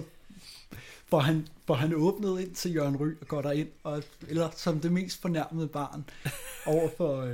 får han åbnet ind til Jørgen Ryg og går derind, eller som det mest fornærmede barn, over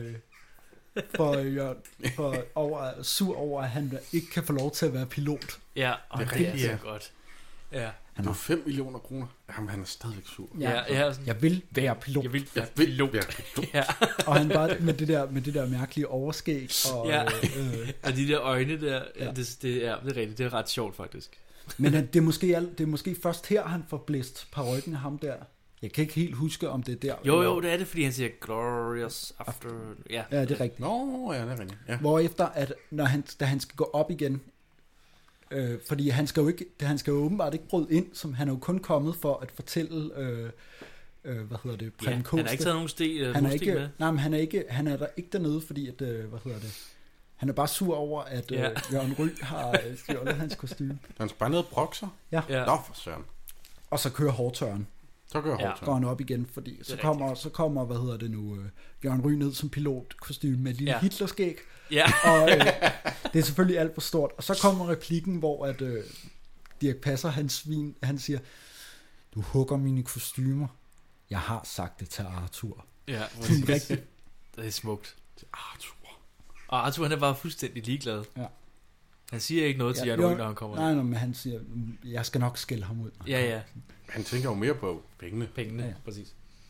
sur over, at han ikke kan få lov til at være pilot. Ja, og det er så godt. Ja. Han har 5 millioner kroner. Jamen, han er stadigvæk sur. Jeg vil være pilot. Jeg vil være pilot. Ja. Og han bare med det der mærkelige overskæg. Og, og de der øjne der. Ja. Det er rigtigt. Det er ret sjovt, faktisk. Men det er måske først her, han får blæst parykken af ham der. Jeg kan ikke helt huske, om det er der. Jo, det er det, fordi han siger glorious after. Ja, det er rigtigt. Nå, ja, det er rigtigt. Ja. Hvorefter, at da han skal gå op igen, fordi han skal jo åbenbart ikke bryde ind, som han er jo kun kommet for at fortælle, Preben Kaas. Han har ikke taget nogen sten med. Nej, men han er der ikke dernede, fordi at, han er bare sur over, at Jørgen Ryg har stjålet hans kostyme. Han skal bare ned og brokke sig? Ja. Nå, for søren. Og så kører hårdtøren. Går han op igen, fordi så kommer Jørgen Ryg ned som pilotkostyme med et lille Hitlerskæg. Ja. Og det er selvfølgelig alt for stort. Og så kommer replikken, hvor at Dirch Passer, han siger, du hugger mine kostymer. Jeg har sagt det til Arthur. Ja, det er smukt. Til Arthur. Og Arthur, han er bare fuldstændig ligeglad. Ja. Han siger ikke noget til Jørgen Ryg, når han kommer. Nej, men han siger, jeg skal nok skælde ham ud. Ja. Han tænker jo mere på pengene. Ja, præcis.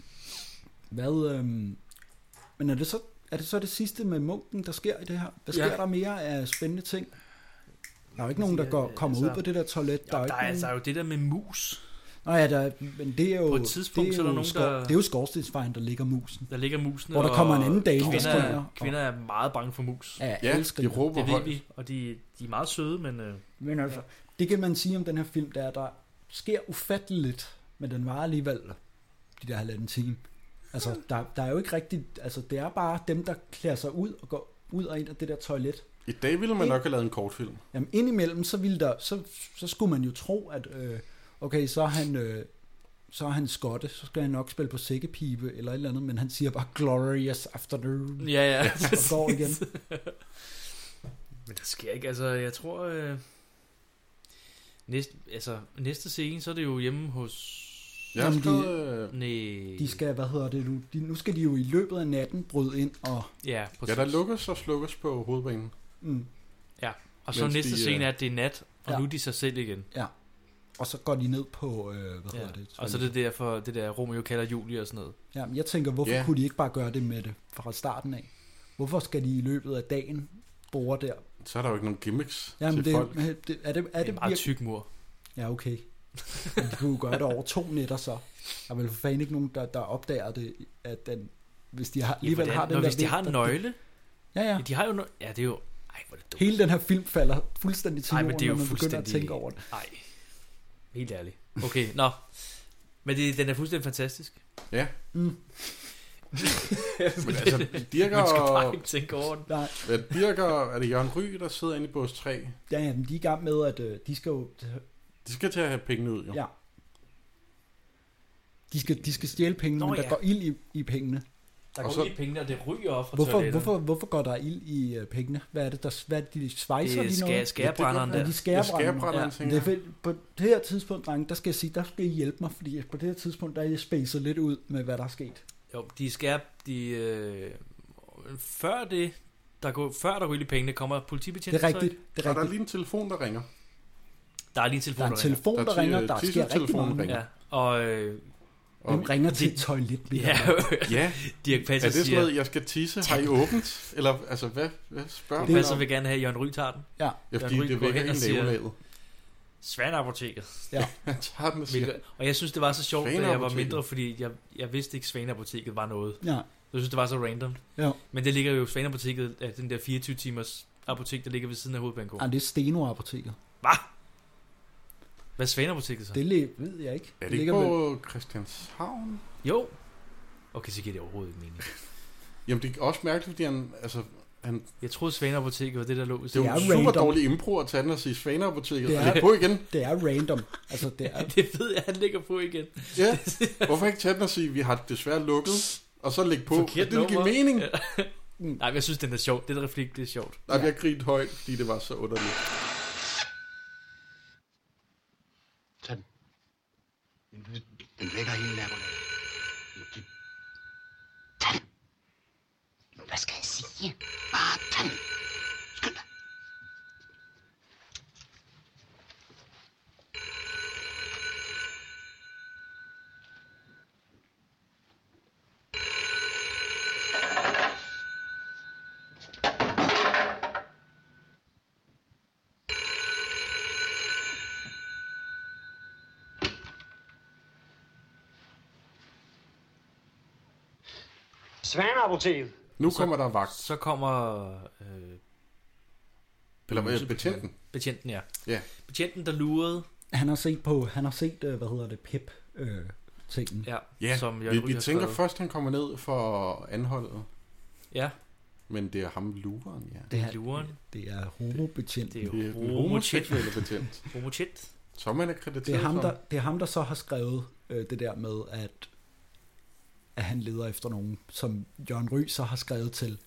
Men er det så det sidste med munken, der sker i det her? Hvad sker der mere af spændende ting? Der er jo ikke nogen, der kommer ud på det der toilet. Der er jo det der med mus. Nå ja, men det er jo... På et tidspunkt, så er der nogen, der... Det er jo skorstensfejen, der ligger musen. Der ligger musen, hvor der kommer en anden dame, der springer. Kvinder er meget bange for mus. Ja, de råber det ved vi, og de er meget søde, men... Men altså, det kan man sige om den her film, der sker ufatteligt, men den var alligevel de der 1,5 time. Altså, der er jo ikke rigtigt... Altså, det er bare dem, der klæder sig ud og går ud og ind af det der toilet. I dag ville man nok have lavet en kortfilm. Jamen, indimellem, så ville der... Så skulle man jo tro, at... okay, så er han skotte, så skal han nok spille på sækkepibe eller et eller andet, men han siger bare glorious afternoon. Ja. Og går igen. Men der sker ikke, altså, jeg tror... næste scene, så er det jo hjemme hos... Jamen, de skal, nu skal de jo i løbet af natten bryde ind og... Ja, præcis. Ja, der lukkes og slukkes på hovedbanen. Ja, og så næste scene er, at det er nat, og nu er de sig selv igen. Ja, og så går de ned på, hedder det? Og så er det derfor, det der Romeo kalder Julie og sådan noget. Ja, men jeg tænker, hvorfor kunne de ikke bare gøre det med det fra starten af? Hvorfor skal de i løbet af dagen bore der? Så er der jo ikke nogen gimmicks til folk. Er det meget tyk mur. Ja, okay. Men de kunne jo gøre det over 2 nætter så. Der er vel for fanden ikke nogen, der opdager det, at den, hvis de har, alligevel har den der... Hvis de har en nøgle... Ja. De har jo... Ja, det er jo... Ej, hvor er det dumt. Hele den her film falder fuldstændig til jorden, når man begynder at tænke over det. Nej, helt ærligt. Okay, nå. Men den er fuldstændig fantastisk. Ja. Men altså, Dirker man skal bare ikke tænke over det. Nej. Dirker, er det Jørgen Ryg, der sidder inde i bås 3? Ja, men de er i gang med, at de skal jo... De skal til at have pengene ud, jo. Ja. De skal stjæle pengene, men der går ild i pengene. Der går ild i pengene, og det ryger op fra toiletterne. Hvorfor går der ild i pengene? Hvad er det, de svejser lige noget? Det er skærebrænderen der. De skærebrænderen. Ja. På det her tidspunkt, drenge, der skal jeg sige, der skal I hjælpe mig, fordi på det her tidspunkt, der er jeg spacet lidt ud med, hvad der er sket. Jo, før der ryger i pengene, kommer politibetjenten. Det er rigtigt. Der er lige en telefon, der ringer. Der er en telefon, der ringer. Der sker rigtig mange. Ja, og... Hvem ringer til et toilet? Ja. Dirch Passer er det sådan noget, jeg skal tisse? Har I åbent? Eller, altså, hvad spørger Dirch Passer vil gerne have, at Jørgen Ryg tager den. Ja. Fordi det vækker en nabolaget. Svaneapoteket. Ja. Han tager den og siger... Og jeg synes, det var så sjovt, da jeg var mindre, fordi jeg vidste ikke, Svaneapoteket var noget. Ja. Jeg synes, det var så random. Ja. Men det ligger jo Svaneapoteket, den der 24-timers apotek, der ligger ved siden af Hovedbanegården. Ja, det er Steno-apoteket. Hvad? Hvad er Svaneapoteket så? Det ved jeg ikke. Er det ikke på Christianshavn? Jo. Okay, så giver det overhovedet ikke mening. Jamen, det er også mærkeligt, fordi han... Jeg troede, Svaneapoteket var det, der lå. Det er jo super dårlig impro at tage den og sige Svaneapoteket. Det er på igen. Det er random. Altså, det er... det ved jeg, han ligger på igen. Ja. Hvorfor ikke tage den og sige, vi har desværre lukket, og så lægge på? Forkert det giver mening. Ja. Nej, men jeg synes, den er sjov. Det der replik, det er sjovt. Nej, jeg grinte højt, fordi det var så underligt. Tag den. Den vækker hele nabolaget. Tag den. Hvad skal jeg sige? Bare tag den. Skynd dig. Svaneapoteket. Nu kommer der vagt. Så kommer... Eller betjenten. Betjenten, ja. Ja. Betjenten, der lurede... Han har set, hvad hedder det, Pep tingen. Ja, som vi tænker først, han kommer ned for anholdet. Ja. Men det er ham luren, ja. Det er luren. Det er homobetjent. Det er en homoseksuelle betjent. Homotjent. Som man er krediteret. Det er ham, der så har skrevet det der med, at han leder efter nogen, som Jørgen Ryg så har skrevet til.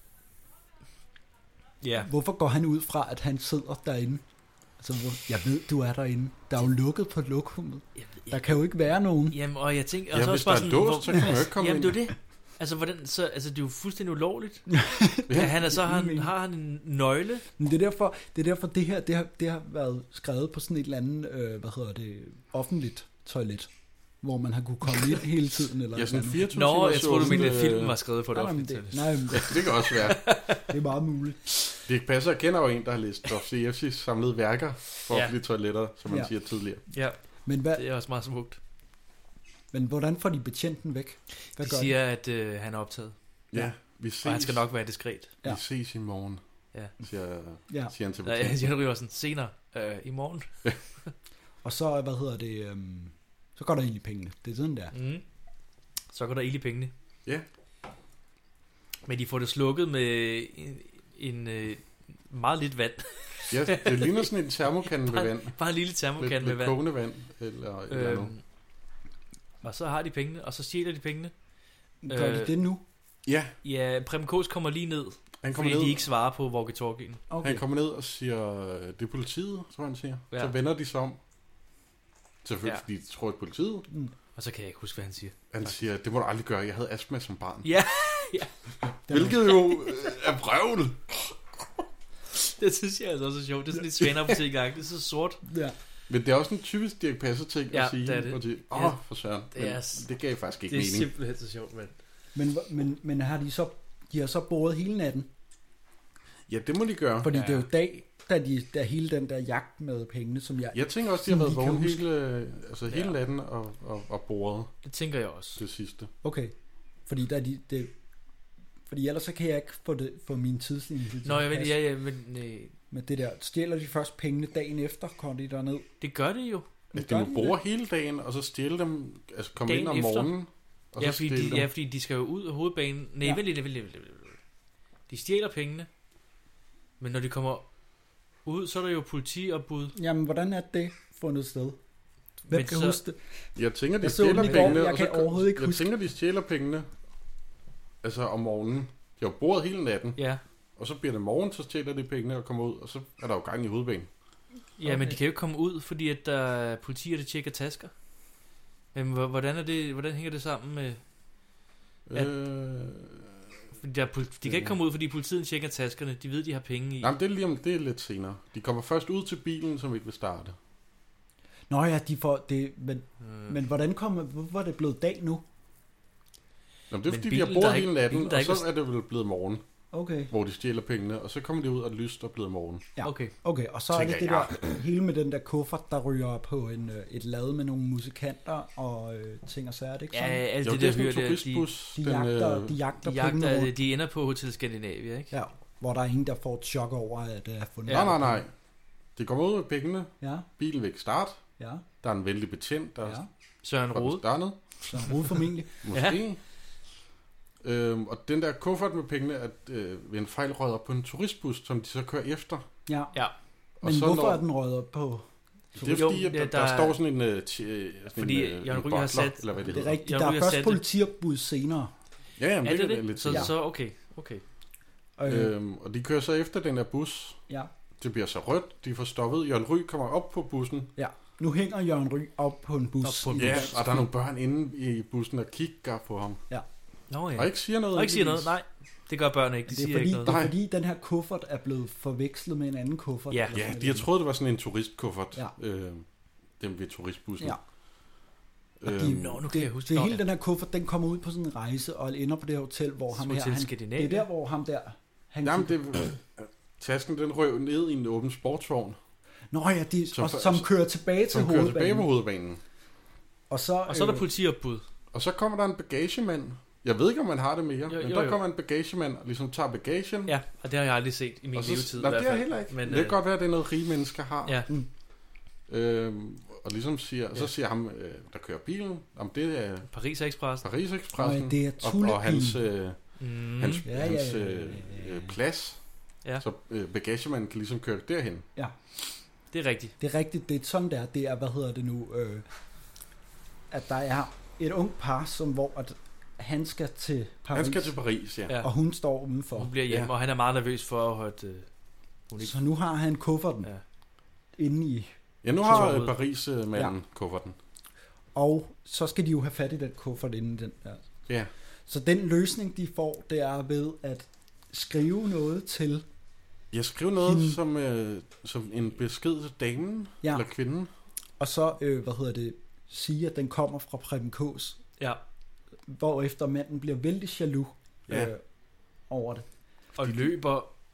Ja. Hvorfor går han ud fra, at han sidder derinde? Altså, jeg ved, du er derinde. Der er jo lukket på lokummet. Der kan jo ikke være nogen. Jamen, og jeg tænker... Og ja, så hvis der er låst, så kan man jo ikke komme ind. Jamen, ind. det er det. Altså, hvordan, så, altså, det er jo fuldstændig ulovligt. Har han en nøgle? Men det er derfor det her, det har været skrevet på sådan et eller andet, offentligt toilet, hvor man har kunne komme ind hele tiden. Eller sådan 24 Nå, jeg tror du mente, at filmen var skrevet på det offentlige toilet. Nej, det kan også være. Det er meget muligt. Det passer, jeg kender jo en, der har læst Dostoyevskis samlede værker for offentlige toiletter, som man siger tidligere. Ja, men det er også meget smukt. Men hvordan får de betjenten væk? Hvad de siger, at han er optaget. Ja, vi ses. Og han skal nok være diskret. Vi ses i morgen. Ja. Siger han til betjenten. Ja, Jan Ryger sådan, senere i morgen. Og så, så går der ild i pengene. Det er sådan der. Så går der ild i pengene. Ja. Men de får det slukket med en meget lidt vand. Ja, det ligner sådan en termokande med vand. Bare en lille termokande med vand. Lidt kogende vand. Eller noget. Og så har de pengene, og så stjæler de pengene. Gør de det nu? Ja. Ja, Preben Kaas kommer lige ned. Fordi de ikke svarer på walkie-talkien. Okay. Han kommer ned og siger, det er politiet, som han siger. Ja. Så vender de sig om. Selvfølgelig, fordi de tror, det er politiet. Og så kan jeg ikke huske, hvad han siger. Han siger, det må du aldrig gøre, jeg havde astma som barn. Ja. Hvilket jo er vrøvl. Det synes jeg altså også er sjovt. Det er sådan lidt Svaneapotek-agtigt. Det er så sort. Ja. Men det er også en typisk Dirch Passer-ting at sige. Ja, det er det. For søren. Det gav faktisk ikke mening. Det er simpelthen så sjovt, mand. Men har de har så boret hele natten? Ja, det må de gøre. Fordi det er jo dag, da hele den der jagt med pengene, som jeg tænker også, de har været vågen hele natten og boret. Det tænker jeg også. Det sidste. Okay. Fordi fordi ellers så kan jeg ikke få min tidslinje til. Nå, men med det der, stjæler de først pengene dagen efter, kommer de derned? Det gør de jo. De må bore hele dagen, og så stjæle dem, altså komme dagen ind om morgenen. Og ja, fordi de skal jo ud af hovedbanen. Nej, vældig. De stjæler pengene, men når de kommer ud, så er der jo politiopbud. Jamen, hvordan er det fundet sted? Hvem kan huske det? Jeg tænker, de stjæler pengene. Jeg kan overhovedet ikke huske. Jeg tænker, de stjæler pengene, altså om morgenen. De har boret hele natten. Ja. Og så bliver det morgen, så stjæler de pengene og kommer ud, og så er der jo gang i hovedbanen. Ja, men de kan jo ikke komme ud, fordi at der er politi, der tjekker tasker. Men hvordan hænger det sammen med... De kan ikke komme ud, fordi politiet tjekker taskerne. De ved, de har penge i. Jamen, det er lidt senere. De kommer først ud til bilen, som ikke vil starte. Nå ja, de får det... Men hvorfor er det blevet dag nu? Jamen, det er fordi, de har boret hele natten, og så er det vel blevet morgen. Okay. Hvor de stjæler pengene, og så kommer de ud og lyst og blevet morgen. Ja, okay. Og så er det det der hele med den der kuffert, der ryger på et lad med nogle musikanter og ting og sager, det ikke sådan? Ja, alt det der hører de jagter pengene. De ender på Hotel Scandinavia, ikke? Ja, hvor der er ingen, der får et chok over, at det er fundet. Nej. De kommer ud med pengene. Ja. Bilen vil ikke starte. Ja. Der er en vældig betjent, der Søren Rode. Søren Rode formentlig. Måske. Og den der kuffert med pengene er ved en fejl rødder på en turistbus, som de så kører efter. Ja. Men så hvorfor er den rødder på? Det er fordi, at der står sådan en fordi Jan Ryger har sat... Eller hvad det er rigtigt, der er først politiopbud senere. Ja, men det er lidt så okay. Og de kører så efter den der bus. Ja. Det bliver så rødt, de får stoppet. Jørgen Ryg kommer op på bussen. Ja. Nu hænger Jørgen Ryg op på en bus. Og der er nogle børn inde i bussen, der kigger på ham. Ja. Nå, ja. Og ikke siger noget. Nej. Det gør børn ikke. Det er fordi den her kuffert er blevet forvekslet med en anden kuffert. Ja, de har troet, det var sådan en turistkuffert. Ja. Dem ved turistbussen. Ja. Det hele den her kuffert, den kommer ud på sådan en rejse og ender på det her hotel, hvor ham her... Det er der, hvor ham der... Tasken, den røv ned i en åben sportsvogn. Nå ja, som kører tilbage til hovedbanen. Kører tilbage på hovedbanen. Og så er der politiopbud. Og så kommer der en bagagemand. Jeg ved ikke, om man har det mere, men der kommer en bagagemand og ligesom tager bagagen. Ja, og det har jeg aldrig set i min levetid. Nej, det har jeg heller ikke. Men det kan godt være, at det er noget rige mennesker har. Ja. Og ligesom siger, så siger ham, der kører bilen, om det er Paris Expressen. Det er og hans plads. Ja. Så bagagemanden kan ligesom køre derhen. Ja. Det er rigtigt. Det er rigtigt. Det er sådan der. Det er, at der er et ungt par, hvor at han skal til Paris. Han skal til Paris, ja. Og hun står udenfor. Hun bliver hjemme, og han er meget nervøs for, at hun ikke... Så nu har han kufferten inde i... Ja, nu har Paris-manden kufferten. Og så skal de jo have fat i den kuffert inden den der. Ja. Så den løsning, de får, det er ved at skrive noget til... Jeg skriver noget som en besked til damen eller kvinden. Og så, sige, at den kommer fra Preben Kaas. Ja. Hvorefter manden bliver vældig jaloux over det. Og løber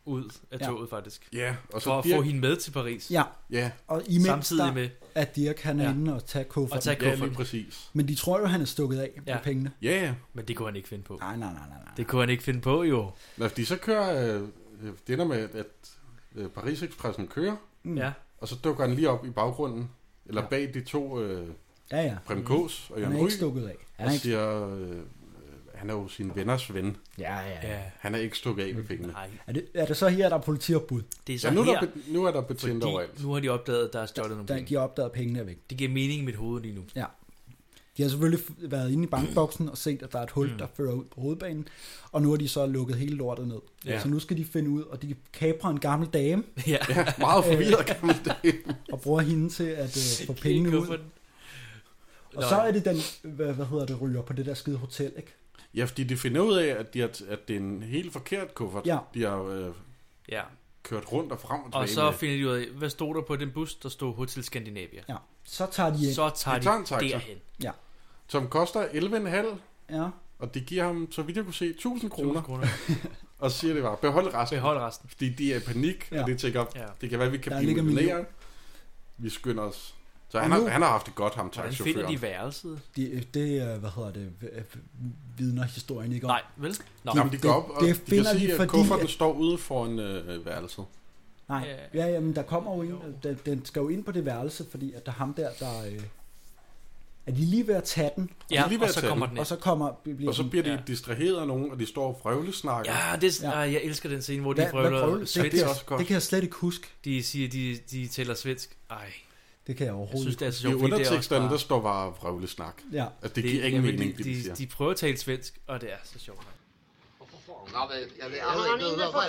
ud af toget, faktisk. Ja. Og så for at få hende med til Paris. Ja. Og imens samtidig med at Dirch han er inde og tager kufferten. Ja, lige præcis. Men de tror jo, han er stukket af med pengene. Ja. Men det kunne han ikke finde på. Nej. Det kunne han ikke finde på, jo. Når de så kører det der med, at Paris-Expressen kører, og så dukker han lige op i baggrunden, eller bag de to Preben Kaas og Jørgen Ryg. Han er ikke stukket af. Og siger, han er jo sin venners ven. Ja. Han er ikke stukket af med pengene. Er det så her, der er politiopbud? Det er så nu er der betjent overalt. Nu har de opdaget, at der er stjålet nogle penge. De har opdaget, at pengene er væk. Det giver mening i mit hoved lige nu. Ja. De har selvfølgelig været inde i bankboksen og set, at der er et hul, der fører ud på hovedbanen. Og nu har de så lukket hele lortet ned. Ja. Så nu skal de finde ud, og de kaprer en gammel dame. Ja, meget forvirret gammel dame. Og bruger hende til at få pengene ud. Og så er det den, ryger på det der skide hotel, ikke? Ja, fordi de finder ud af, at det er en helt forkert kuffert. Ja. De har kørt rundt og frem og tilbage. Og så finder de ud af, hvad stod der på den bus, der stod Hotel Scandinavia. Ja, så tager de derhen. Ja. Som koster 11,5. Ja. Og det giver ham, så vidt jeg kunne se, 1.000 kroner. Og så siger det bare, behold resten. Fordi de er i panik, og det tænker, det kan være, vi kan blive millionærer. Vi skynder os. Så han har haft det godt, ham taxichaufføren. Hvordan finder de værelset? Det vidner historien ikke om. Nej, vel? Jamen, de går op, og de kan sige, at kufferten står ude foran værelset. Nej, men der kommer jo en, den skal jo ind på det værelse, fordi at der er ham der er de lige ved at tage den. Ja, og så kommer den ind. Og så bliver de distraheret af nogen, og de står og vrøvlesnakker. Ja, jeg elsker den scene, hvor de vrøvler svensk. Det kan jeg slet ikke huske. De siger, de taler svensk. Ej. Det kan jeg overhovedet ikke. I underteksterne, der står bare vrøvlesnak. Ja. Altså, det giver ingen mening, det de siger. De prøver at tale svensk, og det er så sjovt. Man kan inte få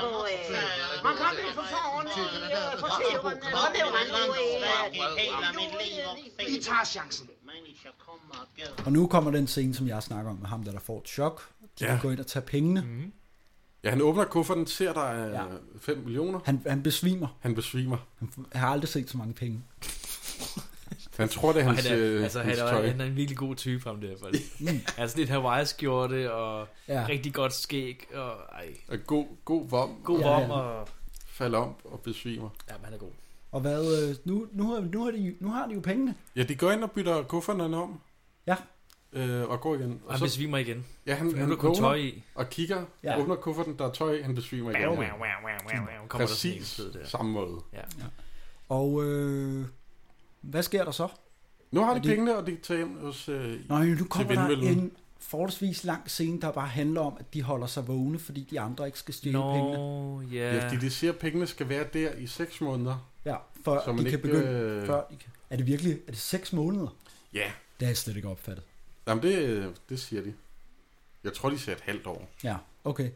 Vi tager chancen. Og nu kommer den scene, som jeg snakker om, med ham, der får et chok. De kan gå ind og tage pengene. Mm-hmm. Ja, han åbner kufferten, ser der 5 millioner. Han besvimer. Han har aldrig set så mange penge. Han tror, det er hans tøj. Han er en virkelig god type, ham der. Altså lidt Hawaii-skjorte, og rigtig godt skæg, og god vom. God vom, og falder om og besvimer. Ja, men han er god. Og hvad, nu har de jo pengene. Ja, de går ind og bytter kufferterne om. Ja. Og går igen. Og han besvimer igen. Ja, han tøj i. Og kigger, åbner kufferten, der er tøj, han besvimer igen. Præcis samme måde. Ja. Og hvad sker der så? Nu har de pengene, og de tager hjem hos nu kommer der en forholdsvis lang scene, der bare handler om, at de holder sig vågne, fordi de andre ikke skal stjæle pengene. Ja, fordi de siger, at pengene skal være der i 6 måneder. Ja, før de kan begynde. Er det virkelig? Er det 6 måneder? Ja. Det har jeg slet ikke opfattet. Jamen, det siger de. Jeg tror, de siger et halvt år. Ja, okay.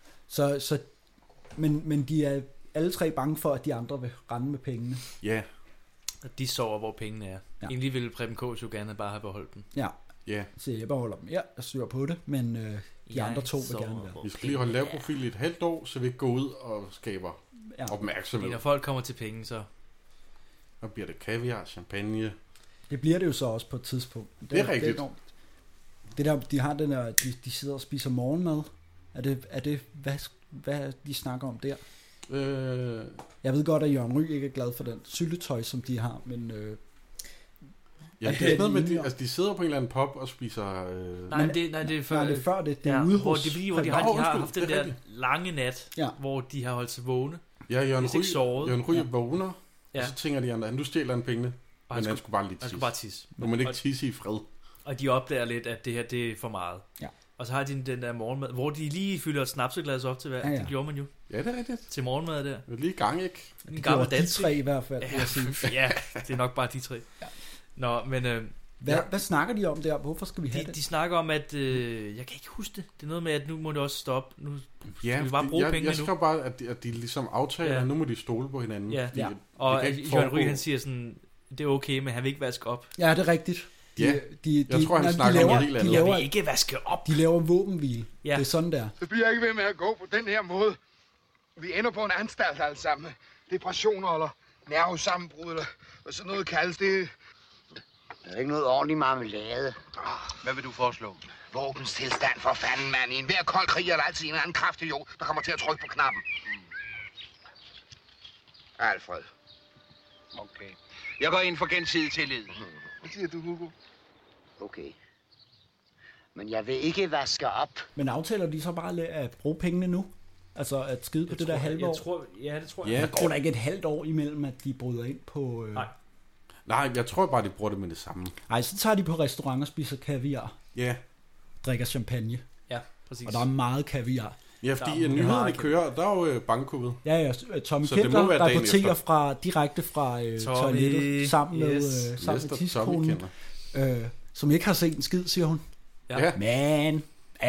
Men de er alle tre bange for, at de andre vil rende med pengene. Ja. Og de sover, hvor pengene er. Ja. Egentlig ville Preben Kaas jo gerne bare have beholdt dem. Ja. Så jeg beholder dem. Ja, jeg styrer på det, men de andre to vil gerne være. Vi skal lige holde lav profil i et halvt år, så vi ikke går ud og skaber opmærksomhed. Når folk kommer til penge, så bliver det kaviar, champagne. Det bliver det jo så også på et tidspunkt. Det er rigtigt. Det der, de har den der, de sidder og spiser morgenmad. Er det hvad de snakker om der? Jeg ved godt, at Jørgen Ryg ikke er glad for den syltetøj, som de har, men ja, det er noget med, de sidder på en eller anden pop og spiser Nej, det er før det. Det er ude hos hvor de har haft den der lange nat, hvor de har holdt sig vågne. Ja, Jørgen Ryg vågner, og så tænker de andre, nu stjæler han pengene, men han skulle bare tisse. Nu må man ikke tisse i fred. Og de opdager lidt, at det her, det er for meget. Ja. Og så har de den der morgenmad, hvor de lige fylder et snapseglas op til hver. Det gjorde man jo. Ja, det er rigtigt. Til morgenmad der. Det er lige i gang, ikke? En gammel dans. De tre i hvert fald. Ja, det er nok bare de tre. Ja. Nå, men hvad snakker de om der? Hvorfor skal vi have det? De snakker om, at jeg kan ikke huske det. Det er noget med, at nu må det også stoppe. Nu skal vi bare bruge pengene nu. Jeg skriver bare, at de ligesom aftaler, at nu må de stole på hinanden. Ja. Og Jørgen Ryg, han siger sådan, det er okay, men han vil ikke vaske op. Ja, det er rigtigt. Jeg tror, han snakker om noget helt andet. Jeg vil ikke vaske op. De laver våbenhvile. Ja. Det er sådan der. Det bliver ikke ved med at gå på den her måde. Vi ender på en anstalt alle sammen. Depressioner eller nervesammenbrud eller hvad sådan noget kaldes det. Der er ikke noget ordentligt marmelade. Hvad vil du foreslå? Våbenstilstand for fanden, mand. I enhver kold krig er der altid en anden kraftig jo, der kommer til at trykke på knappen. Alfred. Okay. Jeg går ind for gensidig tillid. Hvad siger du, Hugo? Okay. Men jeg vil ikke vaske op. Men aftaler de så bare at bruge pengene nu? Altså at skide på det der halve år? Det tror jeg. Ja, der går der ikke et halvt år imellem, at de bryder ind på... Nej, jeg tror bare, de bruger det med det samme. Nej, så tager de på restaurant og spiser kaviar. Ja. Drikker champagne. Ja, præcis. Og der er meget kaviar. Ja, fordi nyhederne kører, der er jo bankkuppet. Ja, Tommy Kenter rapporterer direkte fra toilettet sammen med tidskonen, som ikke har set en skid, siger hun. Ja. Man.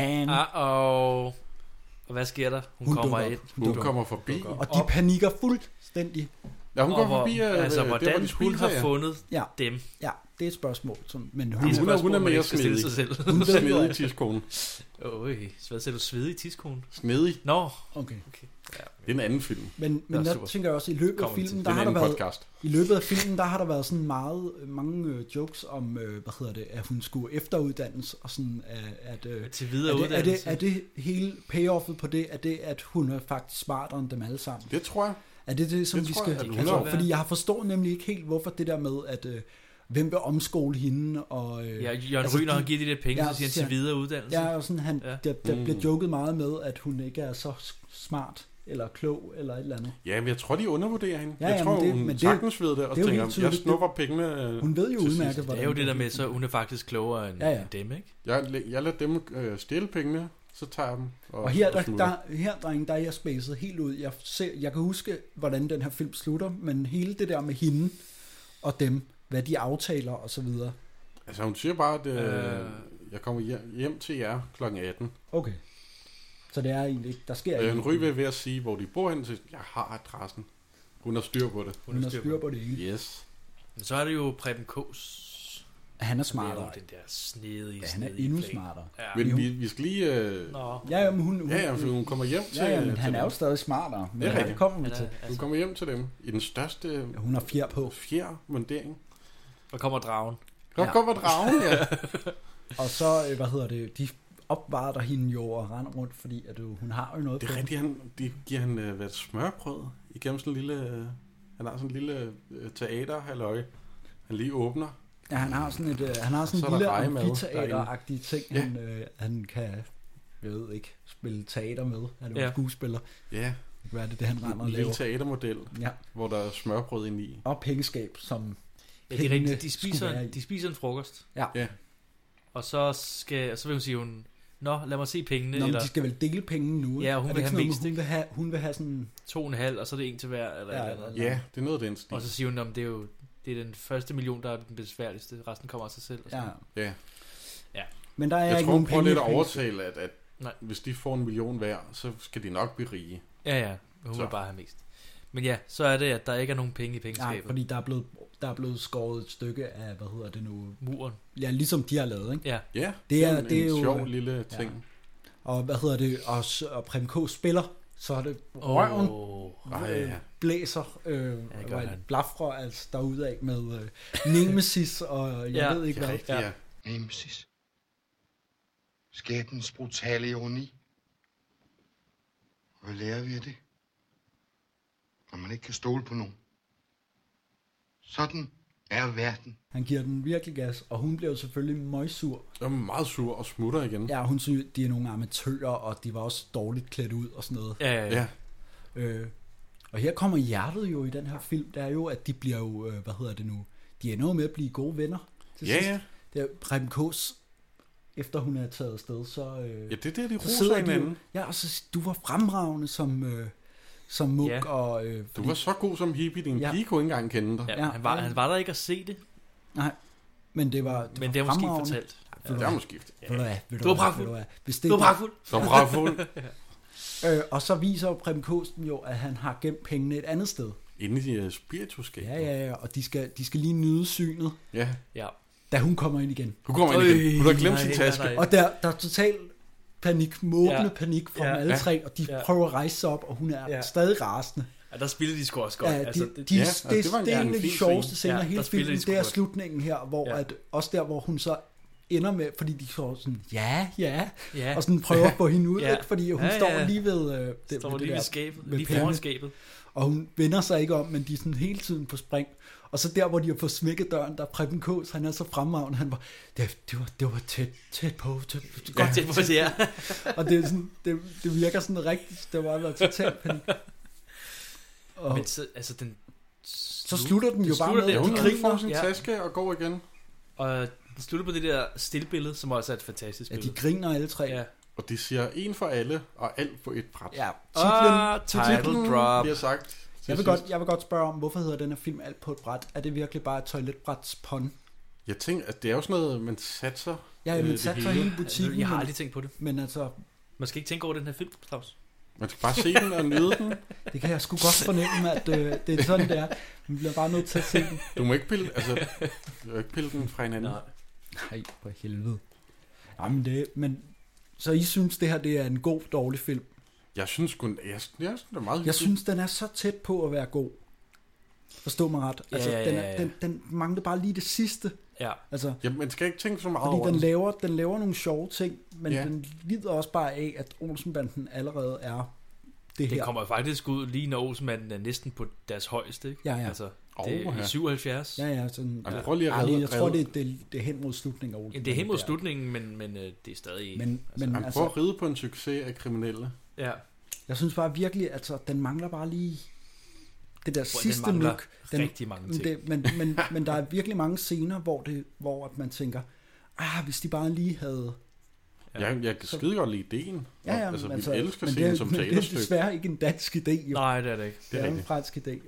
Og hvad sker der? Hun kommer ind. Hun kommer forbi. Og de panikker fuldstændig. Ja, hun går forbi. Altså, hvordan hun har fundet dem. Ja, det er et spørgsmål. Men hun er mere snedig. Hun er snedig tidskone. Hvad siger du? Svedig tidskone? Snedig. Nå. Okay. Det er en anden film. Men jeg tænker også, i løbet af filmen, der har der været sådan mange jokes om, at hun skulle efteruddannes, og sådan, til videre uddannelse. Er det hele payoffet på det, at hun er faktisk smartere end dem alle sammen? Det tror jeg. Er det som vi skal... Fordi jeg har forstået nemlig ikke helt, hvorfor det der med, at... hvem vil omskole hende? Og, Jørgen Ryg, når han giver de der penge, så siger han til videre uddannelse. Ja, og sådan, der bliver joket meget med, at hun ikke er så smart, eller klog, eller et eller andet. Ja, men jeg tror, de undervurderer hende. Jeg tror, hun sagtens ved det, og tænker, jeg snupper pengene. Hun ved jo udmærket, hvordan det er jo det der med, så hun er faktisk klogere end dem, ikke? Jeg lader dem stjæle pengene, så tager jeg dem. Og her, drenge, der er jeg spacet helt ud. Jeg kan huske, hvordan den her film slutter, men hele det der med hende og dem, hvad de aftaler og så videre. Altså hun siger bare, at jeg kommer hjem til jer kl. 18. Okay. Så det er egentlig ikke, der sker ikke. En Ryg ved at sige, hvor de bor hen til, jeg har adressen. Hun har styr på det. Hun har styr på det hele. Yes. Men så er det jo Preben K's. Han er smartere. Den der snedige. Han er endnu smartere. Ja. Men vi skal lige... hun kommer hjem til... Ja, men han er jo stadig smartere. Men det kommer vi til. Hun kommer hjem til dem i den største... Hun har fjer på. Fjer-mundering. Og kommer dragen. Kommer dragen, ja. Og så, de opvarter hende jo og render rundt, fordi at hun har jo noget. Det er rigtigt, de giver han smørbrød igennem sådan en lille... Han har sådan en lille teater-halløj. Han lige åbner. Ja, han har sådan en lille amfiteater-agtige ting, han kan, jeg ved ikke, spille teater med. Han er jo skuespiller. Ja. Hvad er det han render og laver? En lille teatermodel, hvor der er smørbrød ind i. Og pengeskab, som det er rigtigt. De spiser en frokost. Ja. Og så vil hun sige, lad mig se pengene. Men de skal vel dele penge nu? Ja, hun vil have mest. Hun vil have sådan... 2,5, og så er det en til hver. Ja, det er noget af den stil. Og så siger hun, det er den første million, der er den besværligste. Resten kommer af sig selv. Ja. Men der er jeg ikke tror, nogen penge. Jeg tror, lidt at overtale, at hvis de får 1 million hver, så skal de nok blive rige. Ja. Hun vil bare have mest. Men ja, så er det, at der ikke er nogen penge i pengeskabet. Nej, fordi der er blevet skåret et stykke af, muren. Ja, ligesom de har lavet, ikke? Ja, det er en jo sjov lille ting. Og og Prem K spiller, så er det røven blæser, blafrer altså derudad med Nemesis, og jeg ved ikke hvad. Ja. Nemesis. Skæbnens brutale ironi. Hvad lærer vi af det? Når man ikke kan stole på nogen. Sådan er verden. Han giver den virkelig gas, og hun bliver jo selvfølgelig møgsur. Jeg er meget sur og smutter igen. Ja, hun synes, de er nogle amatører, og de var også dårligt klædt ud og sådan noget. Ja. Og her kommer hjertet jo i den her film, det er jo, at de bliver jo, de ender jo med at blive gode venner til sidst. Ja. Det er Preben K's, efter hun er taget afsted, så... det er der, de roser hinanden. Ja, og så du var fremragende som munk, og... du var så god som hippie, din pige kunne ikke engang kende dig. Ja, han var der ikke at se det. Nej, men det var men det er måske fortalt. Det er måske Du var pragtfuld. Du var pragtfuld. Og så viser Preben K'en jo, at han har gemt pengene et andet sted. Inde i spiritusskabet. Ja, og de skal lige nyde synet. Ja. Da hun kommer ind igen. Hun har glemt sin taske. Og der er total panik, måbende panik fra dem alle tre, og de prøver at rejse sig op, og hun er stadig rasende. Ja, der spiller de sgu også godt. Ja, det er en af de sjoveste scener hele filmen, det er slutningen her, hvor at, også der, hvor hun så ender med, fordi de står sådan, ja, og sådan prøver at få hende ud, ikke? Fordi hun står lige ved skabet, lige foran skabet. Og hun vender sig ikke om, men de er sådan hele tiden på spring. Og så der, hvor de har fået smækket døren, der er Preben Kaas, han er så fremragende, han var, det var tæt på. Godt tæt på, ja. Og det er sådan, det virker sådan rigtigt, det var totalt panik. Men så, altså så slutter den jo bare med, at hun får sin taske og går igen. Og den slutter på det der stillbillede, som også er et fantastisk billede. Ja, de griner alle tre. Ja. Og de siger en for alle, og alt på et bræt. Ja, title drop. Bliver sagt. Jeg vil godt spørge om, hvorfor hedder den her film Alt på et bræt? Er det virkelig bare et toiletbrætspånd? Jeg tænker, at det er jo sådan noget, man satser. Ja, man satser hele butikken. Jeg har aldrig tænkt på det. Men altså... Man skal ikke tænke over den her film, Strauss. Man skal bare se den og nyde den. Det kan jeg sgu godt fornemme, at det er sådan, det er. Man bliver bare nødt til at se den. Du må ikke pille, den fra hinanden. Nej, for helvede. Men så I synes, det her det er en god, dårlig film? Jeg synes det er meget. Jeg synes, den er så tæt på at være god. Forstå mig ret. Altså, den mangler bare lige det sidste. Ja. Altså, man skal ikke tænke så meget fordi over den laver nogle sjove ting, men den lider også bare af, at Olsenbanden allerede er det her. Det kommer faktisk ud lige når Olsenbanden er næsten på deres højeste, ikke? Ja. Altså, det er 77. Ja. Sådan, jeg tror, det er hen mod slutningen af Olsenbanden. Det er hen mod slutningen, men det er stadig... Men han prøver at ride på en succes af kriminelle. Ja. Jeg synes bare virkelig, altså, den mangler bare lige det der sidste nøk. Rigtig mange ting. Men der er virkelig mange scener, hvor man tænker, hvis de bare lige havde... Ja, jeg kan skide godt lide ideen. Ja, altså, vi elsker scenen som teaterstykke. Men det er desværre ikke en dansk idé. Jo. Nej, det er det ikke. Det er en fransk idé.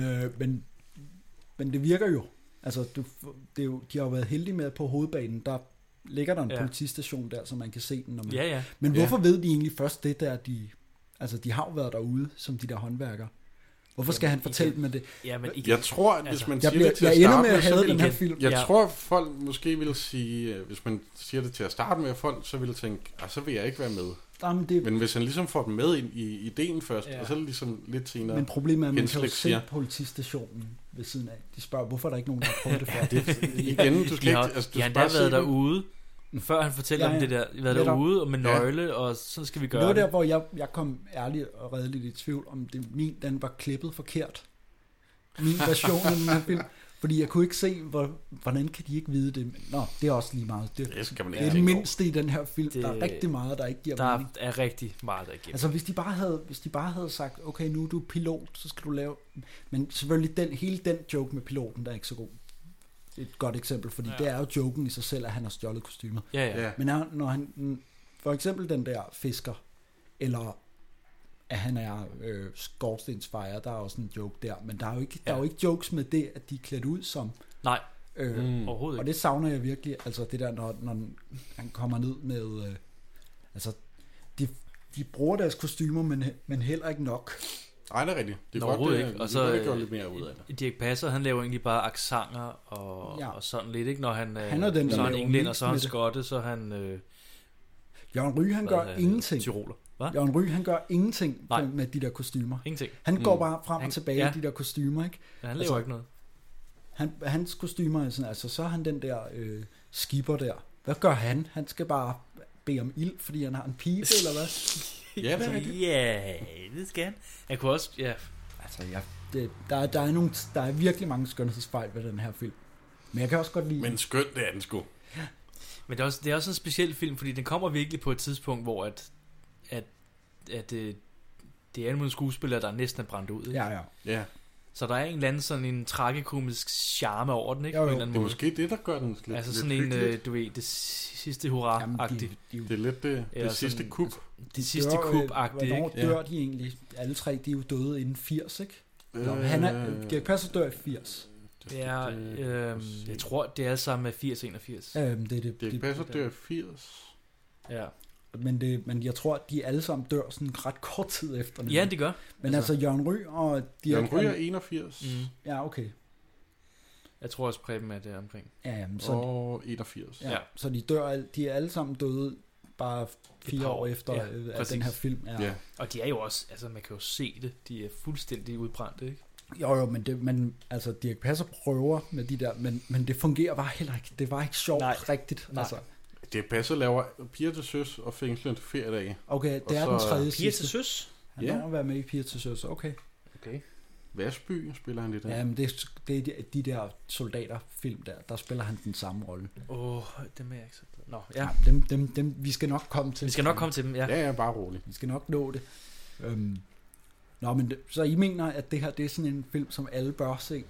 Men det virker jo. Altså, de har jo været heldige med, at på hovedbanen, der ligger der en politistation der, så man kan se den. Når man... Men hvorfor ved de egentlig først det der, de har jo været derude, som de der håndværkere. Hvorfor skal han fortælle dem det? Ja, men jeg tror, at hvis man siger det til at starte med, så den her film. Jeg tror, folk måske vil sige, hvis man siger det til at starte med, folk så vil tænke, så vil jeg ikke være med. Men hvis han ligesom får dem med ind i ideen først, og så ligesom lidt senere. Men problemet er, at man kan jo se politistationen ved siden af. De spørger, hvorfor er der ikke nogen, der har prøvet det før? Igen, du skal ikke... De har endda været derude, før han fortæller om det der. Været derude og med nøgle, og sådan skal vi gøre det. Det var der, hvor jeg kom ærligt og redeligt i tvivl, om den var klippet forkert. Min version af den her film. Fordi jeg kunne ikke se, hvordan kan de ikke vide det. Nå, det er også lige meget. Det skal man ikke det mindste i den her film. Der er rigtig meget, der ikke giver mening. Der er rigtig meget, der ikke giver altså, hvis de bare havde sagt, okay, nu er du pilot, så skal du lave... Men selvfølgelig, hele den joke med piloten, der er ikke så god. Et godt eksempel, fordi det er jo joken i sig selv, at han har stjålet kostymet. Ja. Men når han, for eksempel den der fisker, eller at han er skorstensfejer, der er også en joke der, men der er jo ikke jokes med det, at de er klædt ud som. Nej, overhovedet ikke. Og det savner jeg virkelig, altså det der, når han kommer ned med, altså de bruger deres kostymer, men heller ikke nok. Nej, det er rigtigt. Det er godt, ikke. Og så gøre lidt mere ud af det. Dirch Passer, han laver egentlig bare accenter og sådan lidt, ikke? Når han er den, så er han englænder, så er han skotte, så han... Jørgen Ryg, han gør ingenting. Tyroler. Jørgen Ryg, han gør ingenting med de der kostymer. Ingenting. Han går bare frem og tilbage i de der kostymer, ikke? Ja, han laver ikke noget. Hans kostymer er sådan, altså så er han den der skipper der. Hvad gør han? Han skal bare bede om ild, fordi han har en pibe, eller hvad? Ja, det skal han. Jeg kunne også, Altså, der er virkelig mange skønhedsfejl ved den her film. Men jeg kan også godt lide... Men skønt, det er den sgu. Ja. Men det er også en speciel film, fordi den kommer virkelig på et tidspunkt, hvor at det er en skuespiller, der næsten er brændt ud. Ikke? Ja. Så der er en eller anden sådan en tragikomisk charme over den, ikke? Jo. På en eller anden det er måde. måske det, der gør den lidt. Altså sådan en, du ved, det sidste hurra-agtigt. Det er lidt det sidste kup. Det sidste kup-agtigt, hvornår dør de egentlig? Alle tre, de er jo døde inden 80, ikke? Dirch Passer dør i 80. Ja, jeg tror, det er sammen med 80-81. Dirch Passer dør i 80. Ja. Men jeg tror, at de alle sammen dør sådan ret kort tid efter. Ja, det gør. Men altså Jørgen Ryg og Jørgen Ryg er 81. Ja, okay. Jeg tror også Preben er der omkring. Ja, og 81. Ja, så de er alle sammen døde bare 4 år efter at den her film er. Ja. Og de er jo også, altså man kan jo se det, de er fuldstændig udbrændte, ikke? Jo, men altså Dirch Passer prøver med de der, men det fungerer bare heller ikke. Det var ikke sjovt rigtigt. Nej. Altså. Dirch Passer laver Piger til Søs og Fængslen til Feriedage. Okay, det er den tredje Piger til Søs? Han har været med i Piger til Søs, okay. Værsby spiller han lidt af. Ja, men det er de der soldaterfilm der spiller han den samme rolle. Dem er jeg ikke så... Nå, ja. Dem, vi skal nok komme til. Vi skal nok komme til dem, ja. Ja, bare roligt. Vi skal nok nå det. Nå, men så I mener, at det her, det er sådan en film, som alle bør se?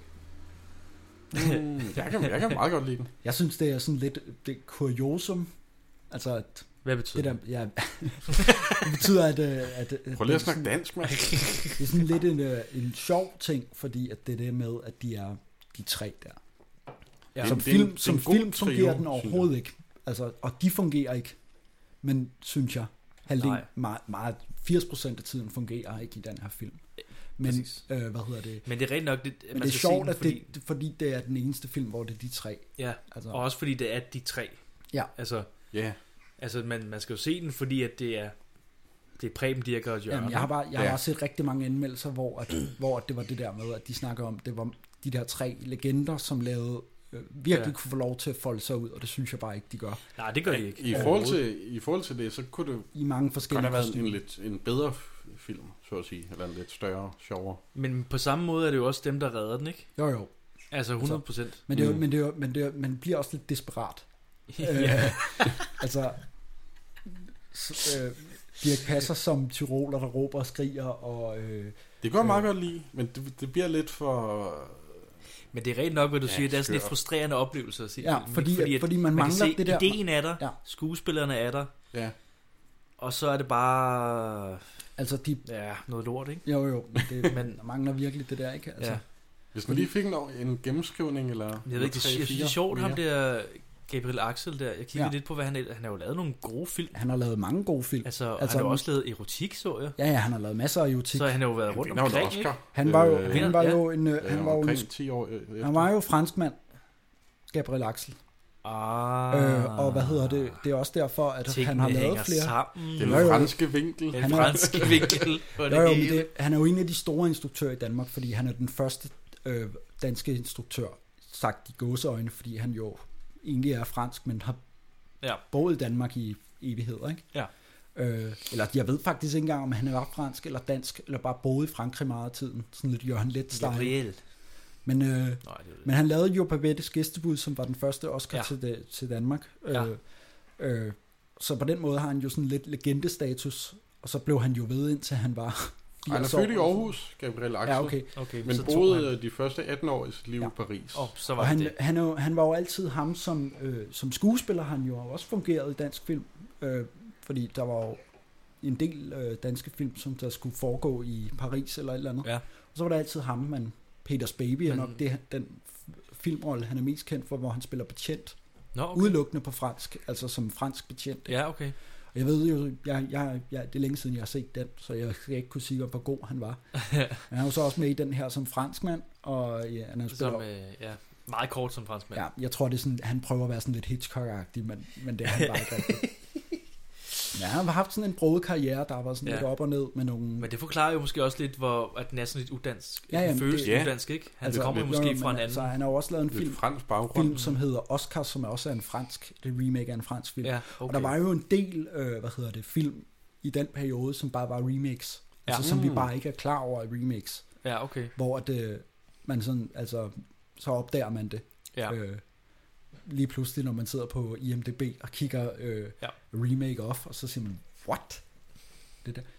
Jeg kan meget godt lide den. Jeg synes, det er sådan lidt det kuriosum. Altså, at hvad betyder det? Der, det betyder, at prøv lige at snakke dansk, mand. Det er sådan lidt en sjov ting, fordi at det er det med, at de er de tre der. Ja. Som film fungerer den overhovedet ikke. Altså, og de fungerer ikke. Men synes jeg, halvdelen, meget 80% af tiden fungerer ikke i den her film. Men, hvad hedder det? Men det er rent nok... Men det er sjovt, at fordi det er den eneste film, hvor det er de tre. Ja, altså. Og også fordi det er de tre. Ja. Altså, yeah. Altså man skal jo se den, fordi at det er Preben Dirch og Jørgen. Jamen, jeg har bare set rigtig mange anmeldelser, hvor det var det der med, at de snakker om, det var de der tre legender, som lavede virkelig kunne få lov til at folde sig ud, og det synes jeg bare ikke, de gør. Nej, det gør de ikke. I forhold til det, så kunne det i mange forskellige godt have været en bedre film, så at sige, eller en lidt større, sjovere. Men på samme måde er det jo også dem, der redder den, ikke? Jo. Altså 100%. Men man bliver også lidt desperat. Altså Dirch Passer som tyroler, der råber og skriger og det går meget godt lide, men det bliver lidt for... Men det er rent nok, hvad du siger, det er sådan en frustrerende oplevelse at se. Ja, fordi man mangler se, det der. Ideen er der, skuespillerne er der, og så er det bare altså noget lort, ikke? Jo, man mangler virkelig det der, ikke? Altså, hvis man lige fik en gennemskrivning, eller... Jeg ved ikke, det er sjovt, ham der... Gabriel Axel der, jeg kiggede lidt på, hvad han har jo lavet nogle gode film. Han har lavet mange gode film. Altså han har jo også lavet erotik, så jeg. Ja, han har lavet masser af erotik. Så han har jo været rundt omkring, ikke? Han var jo franskmand, Gabriel Axel. Og hvad hedder det? Det er også derfor, at han har lavet flere. Sammen. Den franske vinkel. Den franske vinkel. Han er jo en af de store instruktører i Danmark, fordi han er den første danske instruktør, sagt i gåseøjne, fordi han jo egentlig er fransk, men har boet i Danmark i evigheder, ikke? Ja. Eller jeg ved faktisk ikke engang, om han var fransk eller dansk, eller bare boede i Frankrig meget af tiden. Sådan lidt Jørgen Leth-style. Men han lavede jo Babettes Gæstebud, som var den første Oscar til Danmark. Så på den måde har han jo sådan lidt legendestatus, og så blev han jo ved, indtil han var... Han er født i Aarhus, Gabriel Axel. Ja, okay. Men boede de første 18 år i sit liv i Paris. Så var han var jo altid ham som skuespiller, han jo også fungeret i dansk film, fordi der var jo en del danske film, som der skulle foregå i Paris eller et eller andet. Ja. Og så var der altid ham, men Peters Baby er nok den filmrolle, han er mest kendt for, hvor han spiller betjent. Udelukkende på fransk, altså som fransk betjent. Ja, okay. Og jeg ved jo, det er længe siden, jeg har set den, så jeg skal ikke kunne sige, hvor god han var. Men han er jo så også med i den her som franskmand, og han er meget kort som franskmand. Ja, jeg tror, det er sådan, han prøver at være sådan lidt Hitchcock-agtig, men det er han bare ikke rigtigt. Ja, han har haft sådan en broget karriere, der var sådan lidt op og ned med nogle... Men det forklarer jo måske også lidt, at den er sådan lidt uddansk. Den føles uddansk, ikke? Han kommer måske fra en anden... Så han har jo også lavet en film, som hedder Oscar, som er også en fransk... Det remake af en fransk film. Ja, okay. Og der var jo en del, film i den periode, som bare var remakes. Altså som vi bare ikke er klar over i remakes. Ja, okay. Hvor man sådan, altså, så opdager man det. Ja. Lige pludselig, når man sidder på IMDb og kigger remake off, og så siger man, what? Det der.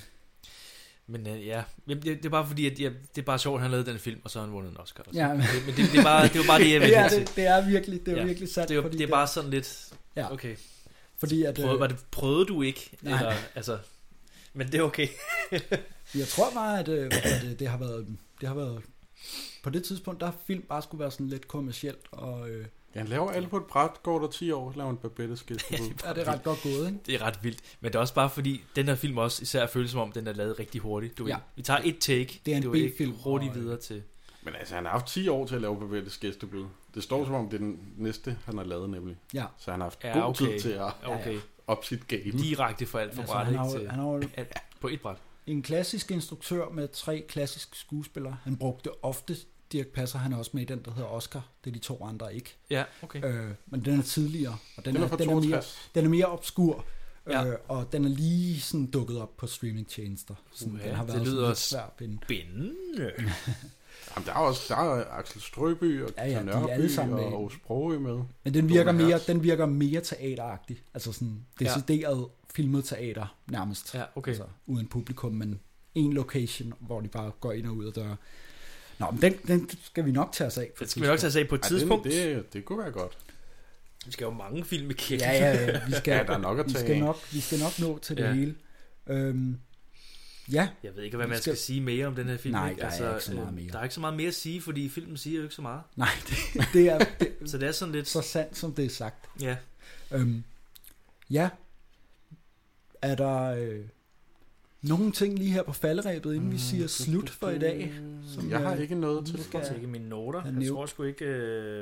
Men det er bare fordi, at det er bare sjovt, at han lavede den film, og så har han vundet en Oscar. Ja, men det var bare det, jeg ville til. Det er virkelig sandt. Det er bare sådan lidt, okay. Fordi at, prøvede du ikke? Nej. Eller, altså, men det er okay. Jeg tror bare, at det har været på det tidspunkt, der film bare skulle være sådan lidt kommercielt, og... Ja, han laver alle på et bræt, går der 10 år, laver en Babettes Gæstebud. Ja, det er ret godt gået, ikke? Det er ret vildt. Men det er også bare fordi, den her film også især føles som om, den er lavet rigtig hurtigt. Vi tager et take. Det er en B-film. Hurtigt videre til... Men altså, han har haft 10 år til at lave Babettes Gæstebud. Det står som om, det er den næste, han har lavet nemlig. Ja. Så han har haft god tid til at op sit game. Direkte for alt for bræt, ikke? Han har på et bræt. en klassisk instruktør med 3 klassiske skuespillere. Han brugte ofte Dirch Passer, han er også med i den, der hedder Oscar. Det er de 2 andre ikke. Ja, okay. Men den er tidligere, og den er mere obskur. Ja. Og den er lige sådan dukket op på streamingtjenester. Den har været det lyder spændende. Jamen, der er Axel Strøby og Christian Nørby og Aarhus Sprogøe med. Men den virker mere teateragtig. Altså sådan decideret filmet teater nærmest. Ja, okay. Altså, uden publikum, men en location, hvor de bare går ind og ud af døre. Nå, men den skal vi nok tage os af. Det skal vi nok tage os af på et tidspunkt. Det kunne være godt. Vi skal jo mange film i kæft. Ja, vi skal, der er nok at tage vi skal nok nå til det hele. Ja. Jeg ved ikke, hvad man skal sige mere om den her film. Nej, der er ikke så meget mere. Der er ikke så meget mere at sige, fordi filmen siger jo ikke så meget. Nej, det er så det er sådan lidt så sandt, som det er sagt. Ja. Ja. Er der nogle ting lige her på falderæbet, inden vi siger slut for i dag? Som jeg har ikke noget til. Jeg skal ikke mine noter. Jeg tror sgu ikke...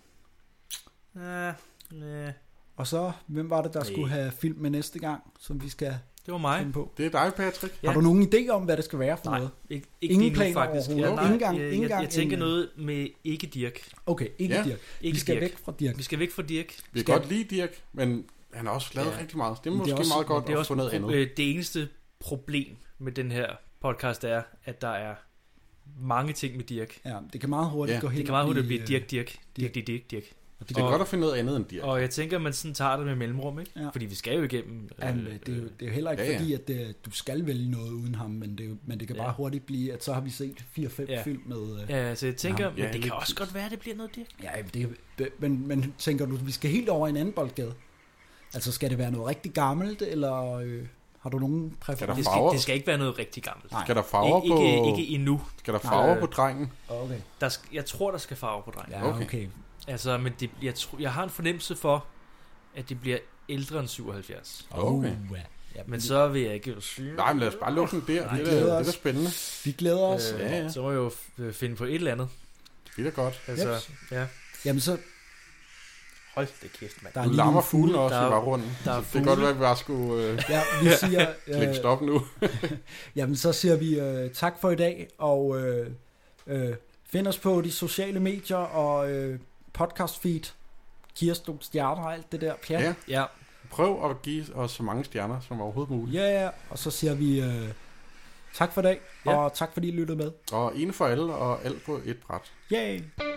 Og så, hvem var det, der skulle have film med næste gang, som vi skal... Det var mig. På? Det er dig, Patrick. Ja. Har du nogen idé om, hvad det skal være for noget? Ikke ingen planer faktisk. Jeg tænker noget med ikke Dirch. Okay, ikke Dirch. Vi skal væk fra Dirch. Vi skal væk fra Dirch. Vi kan godt lide Dirch, men han har også lavet rigtig meget. Det er måske også, meget godt at få noget andet. Det eneste problem med den her podcast er, at der er mange ting med Dirch. Ja, det kan meget hurtigt gå hen. Det kan meget hurtigt blive Dirch. Det er godt at finde noget andet end Dirch. Og jeg tænker, at man sådan tager det med mellemrum, ikke? Ja. Fordi vi skal jo igennem... det er jo heller ikke fordi, at du skal vælge noget uden ham, men det kan bare hurtigt blive, at så har vi set 4-5 film med... Ja, så jeg tænker, men det kan også godt være, at det bliver noget Dirch. Ja, men tænker du, vi skal helt over i en anden boldgade? Altså, skal det være noget rigtig gammelt, eller... Har du nogen præferencer? Det skal ikke være noget rigtig gammelt. Nej. Skal der farver på... Ikke endnu. Skal der farver på drengen? Okay. Jeg tror, der skal farver på drengen. Ja, okay. Altså, men jeg har en fornemmelse for, at det bliver ældre end 77. Okay. Ja, men så vil jeg ikke sige... Nej, men lad os bare lukke den der. Det er spændende. Vi glæder os. Så må jeg jo finde på et eller andet. Det er godt. Altså, ja. Jamen så... Hold det kæft, mand. Du larmer fuglen også i bagrunden. Det kan godt være, at vi bare skulle vi siger, klikke stop nu. Jamen, så siger vi tak for i dag, og find os på de sociale medier og podcast feed, Kirsten stjerner og alt det der pjat. Ja. Prøv at give os så mange stjerner som overhovedet muligt. Ja, og så siger vi tak for i dag, og tak fordi I lyttede med. Og en for alle, og alt på et bræt. Yay!